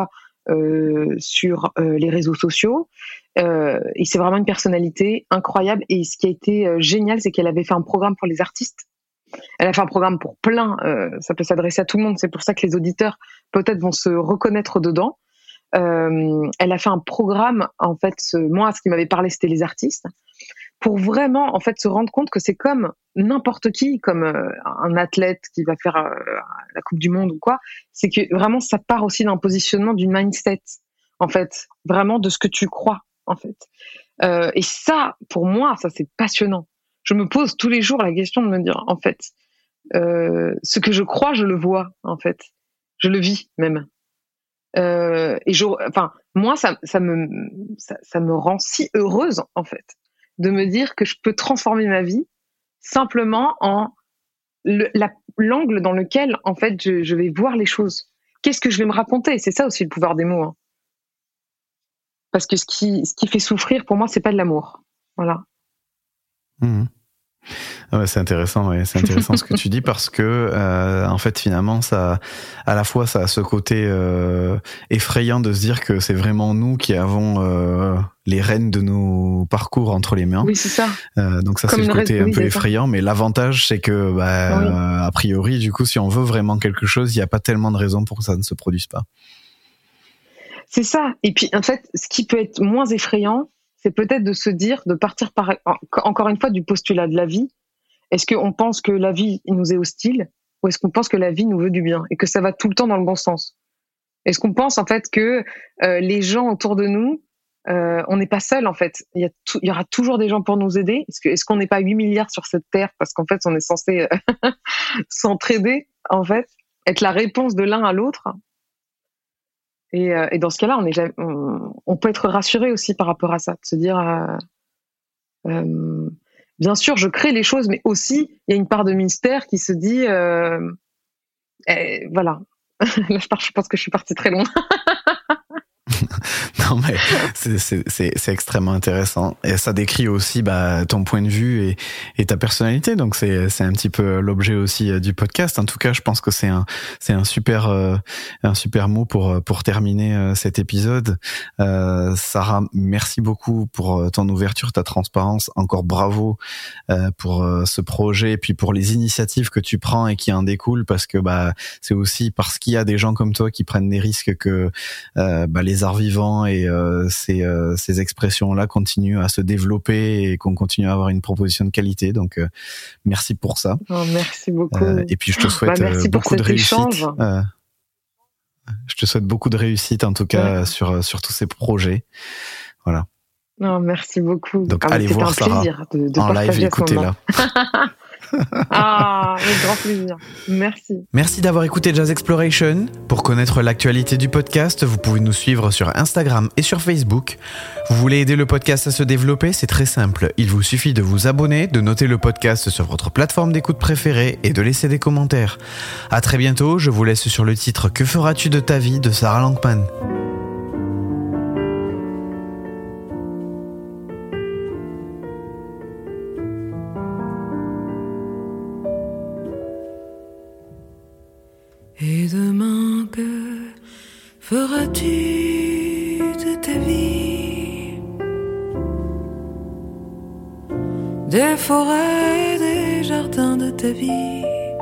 euh, sur euh, les réseaux sociaux. Euh, et c'est vraiment une personnalité incroyable. Et ce qui a été euh, génial, c'est qu'elle avait fait un programme pour les artistes. Elle a fait un programme pour plein. Euh, ça peut s'adresser à tout le monde. C'est pour ça que les auditeurs peut-être vont se reconnaître dedans. Euh, elle a fait un programme. En fait, ce, moi, ce qui m'avait parlé, c'était les artistes, pour vraiment en fait se rendre compte que c'est comme n'importe qui, comme euh, un athlète qui va faire euh, la Coupe du Monde ou quoi. C'est que vraiment, ça part aussi d'un positionnement, d'une mindset, en fait, vraiment de ce que tu crois, en fait. Euh, et ça, pour moi, ça c'est passionnant. Je me pose tous les jours la question de me dire, en fait, euh, ce que je crois, je le vois, en fait. Je le vis, même. Euh, et je, enfin, moi, ça, ça me, ça, ça me rend si heureuse, en fait, de me dire que je peux transformer ma vie simplement en le, la, l'angle dans lequel, en fait, je, je vais voir les choses. Qu'est-ce que je vais me raconter? C'est ça aussi le pouvoir des mots. Hein. Parce que ce qui, ce qui fait souffrir, pour moi, c'est pas de l'amour. Voilà. Mmh. Ouais, c'est intéressant, ouais, c'est intéressant ce que tu dis parce que euh, en fait finalement ça, à la fois ça a ce côté euh, effrayant de se dire que c'est vraiment nous qui avons euh, les rênes de nos parcours entre les mains. Oui, c'est ça. Euh, donc ça Comme c'est le côté reste, un oui, peu effrayant, ça. Mais l'avantage c'est que bah, oui. euh, a priori du coup si on veut vraiment quelque chose, il n'y a pas tellement de raisons pour que ça ne se produise pas. C'est ça. Et puis en fait, ce qui peut être moins effrayant, c'est peut-être de se dire, de partir par, encore une fois du postulat de la vie. Est-ce qu'on pense que la vie nous est hostile ou est-ce qu'on pense que la vie nous veut du bien et que ça va tout le temps dans le bon sens? Est-ce qu'on pense en fait que euh, les gens autour de nous, euh, on n'est pas seul en fait. Il y, a tout, il y aura toujours des gens pour nous aider. Est-ce, que, est-ce qu'on n'est pas huit milliards sur cette terre parce qu'en fait on est censé euh, s'entraider en fait, être la réponse de l'un à l'autre. Et, euh, et dans ce cas-là, on, est, on, on peut être rassuré aussi par rapport à ça, de se dire. Euh, euh, Bien sûr, je crée les choses, mais aussi, il y a une part de mystère qui se dit... Euh, eh, voilà. Là, je, pars, je pense que je suis partie très loin. Non, mais c'est, c'est, c'est, c'est extrêmement intéressant. Et ça décrit aussi bah, ton point de vue et, et ta personnalité. Donc, c'est, c'est un petit peu l'objet aussi du podcast. En tout cas, je pense que c'est un, c'est un super, euh, un super mot pour, pour terminer euh, cet épisode. Euh, Sarah, merci beaucoup pour ton ouverture, ta transparence. Encore bravo euh, pour euh, ce projet et puis pour les initiatives que tu prends et qui en découlent parce que bah, c'est aussi parce qu'il y a des gens comme toi qui prennent des risques que euh, bah, les arts vivants et euh, ces, euh, ces expressions-là continuent à se développer et qu'on continue à avoir une proposition de qualité. Donc, euh, merci pour ça. Oh, merci beaucoup. Euh, et puis, je te souhaite bah, euh, beaucoup de réussite. Euh, je te souhaite beaucoup de réussite, en tout cas, ouais. sur, sur tous ces projets. Voilà. Oh, merci beaucoup. Donc, ah, allez voir Sarah de, de en live et écoutez-la. Ah, avec grand plaisir. Merci. Merci d'avoir écouté Jazz Exploration. Pour connaître l'actualité du podcast, vous pouvez nous suivre sur Instagram et sur Facebook. Vous voulez aider le podcast à se développer? C'est très simple. Il vous suffit de vous abonner, de noter le podcast sur votre plateforme d'écoute préférée et de laisser des commentaires. À très bientôt. Je vous laisse sur le titre Que feras-tu de ta vie de Sarah Langman. Et demain, que feras-tu de ta vie? Des forêts, des jardins de ta vie.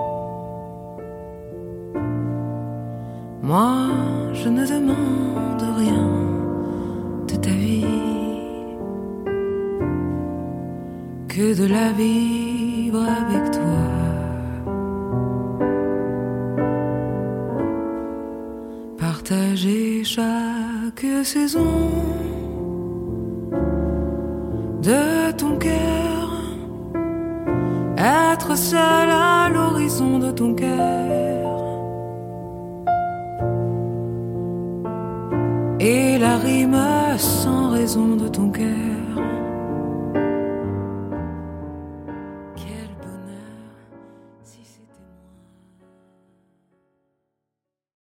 Moi, je ne demande rien de ta vie, que de la vivre avec toi. Partager chaque saison de ton cœur, être seul à l'horizon de ton cœur, et la rime sans raison de ton cœur.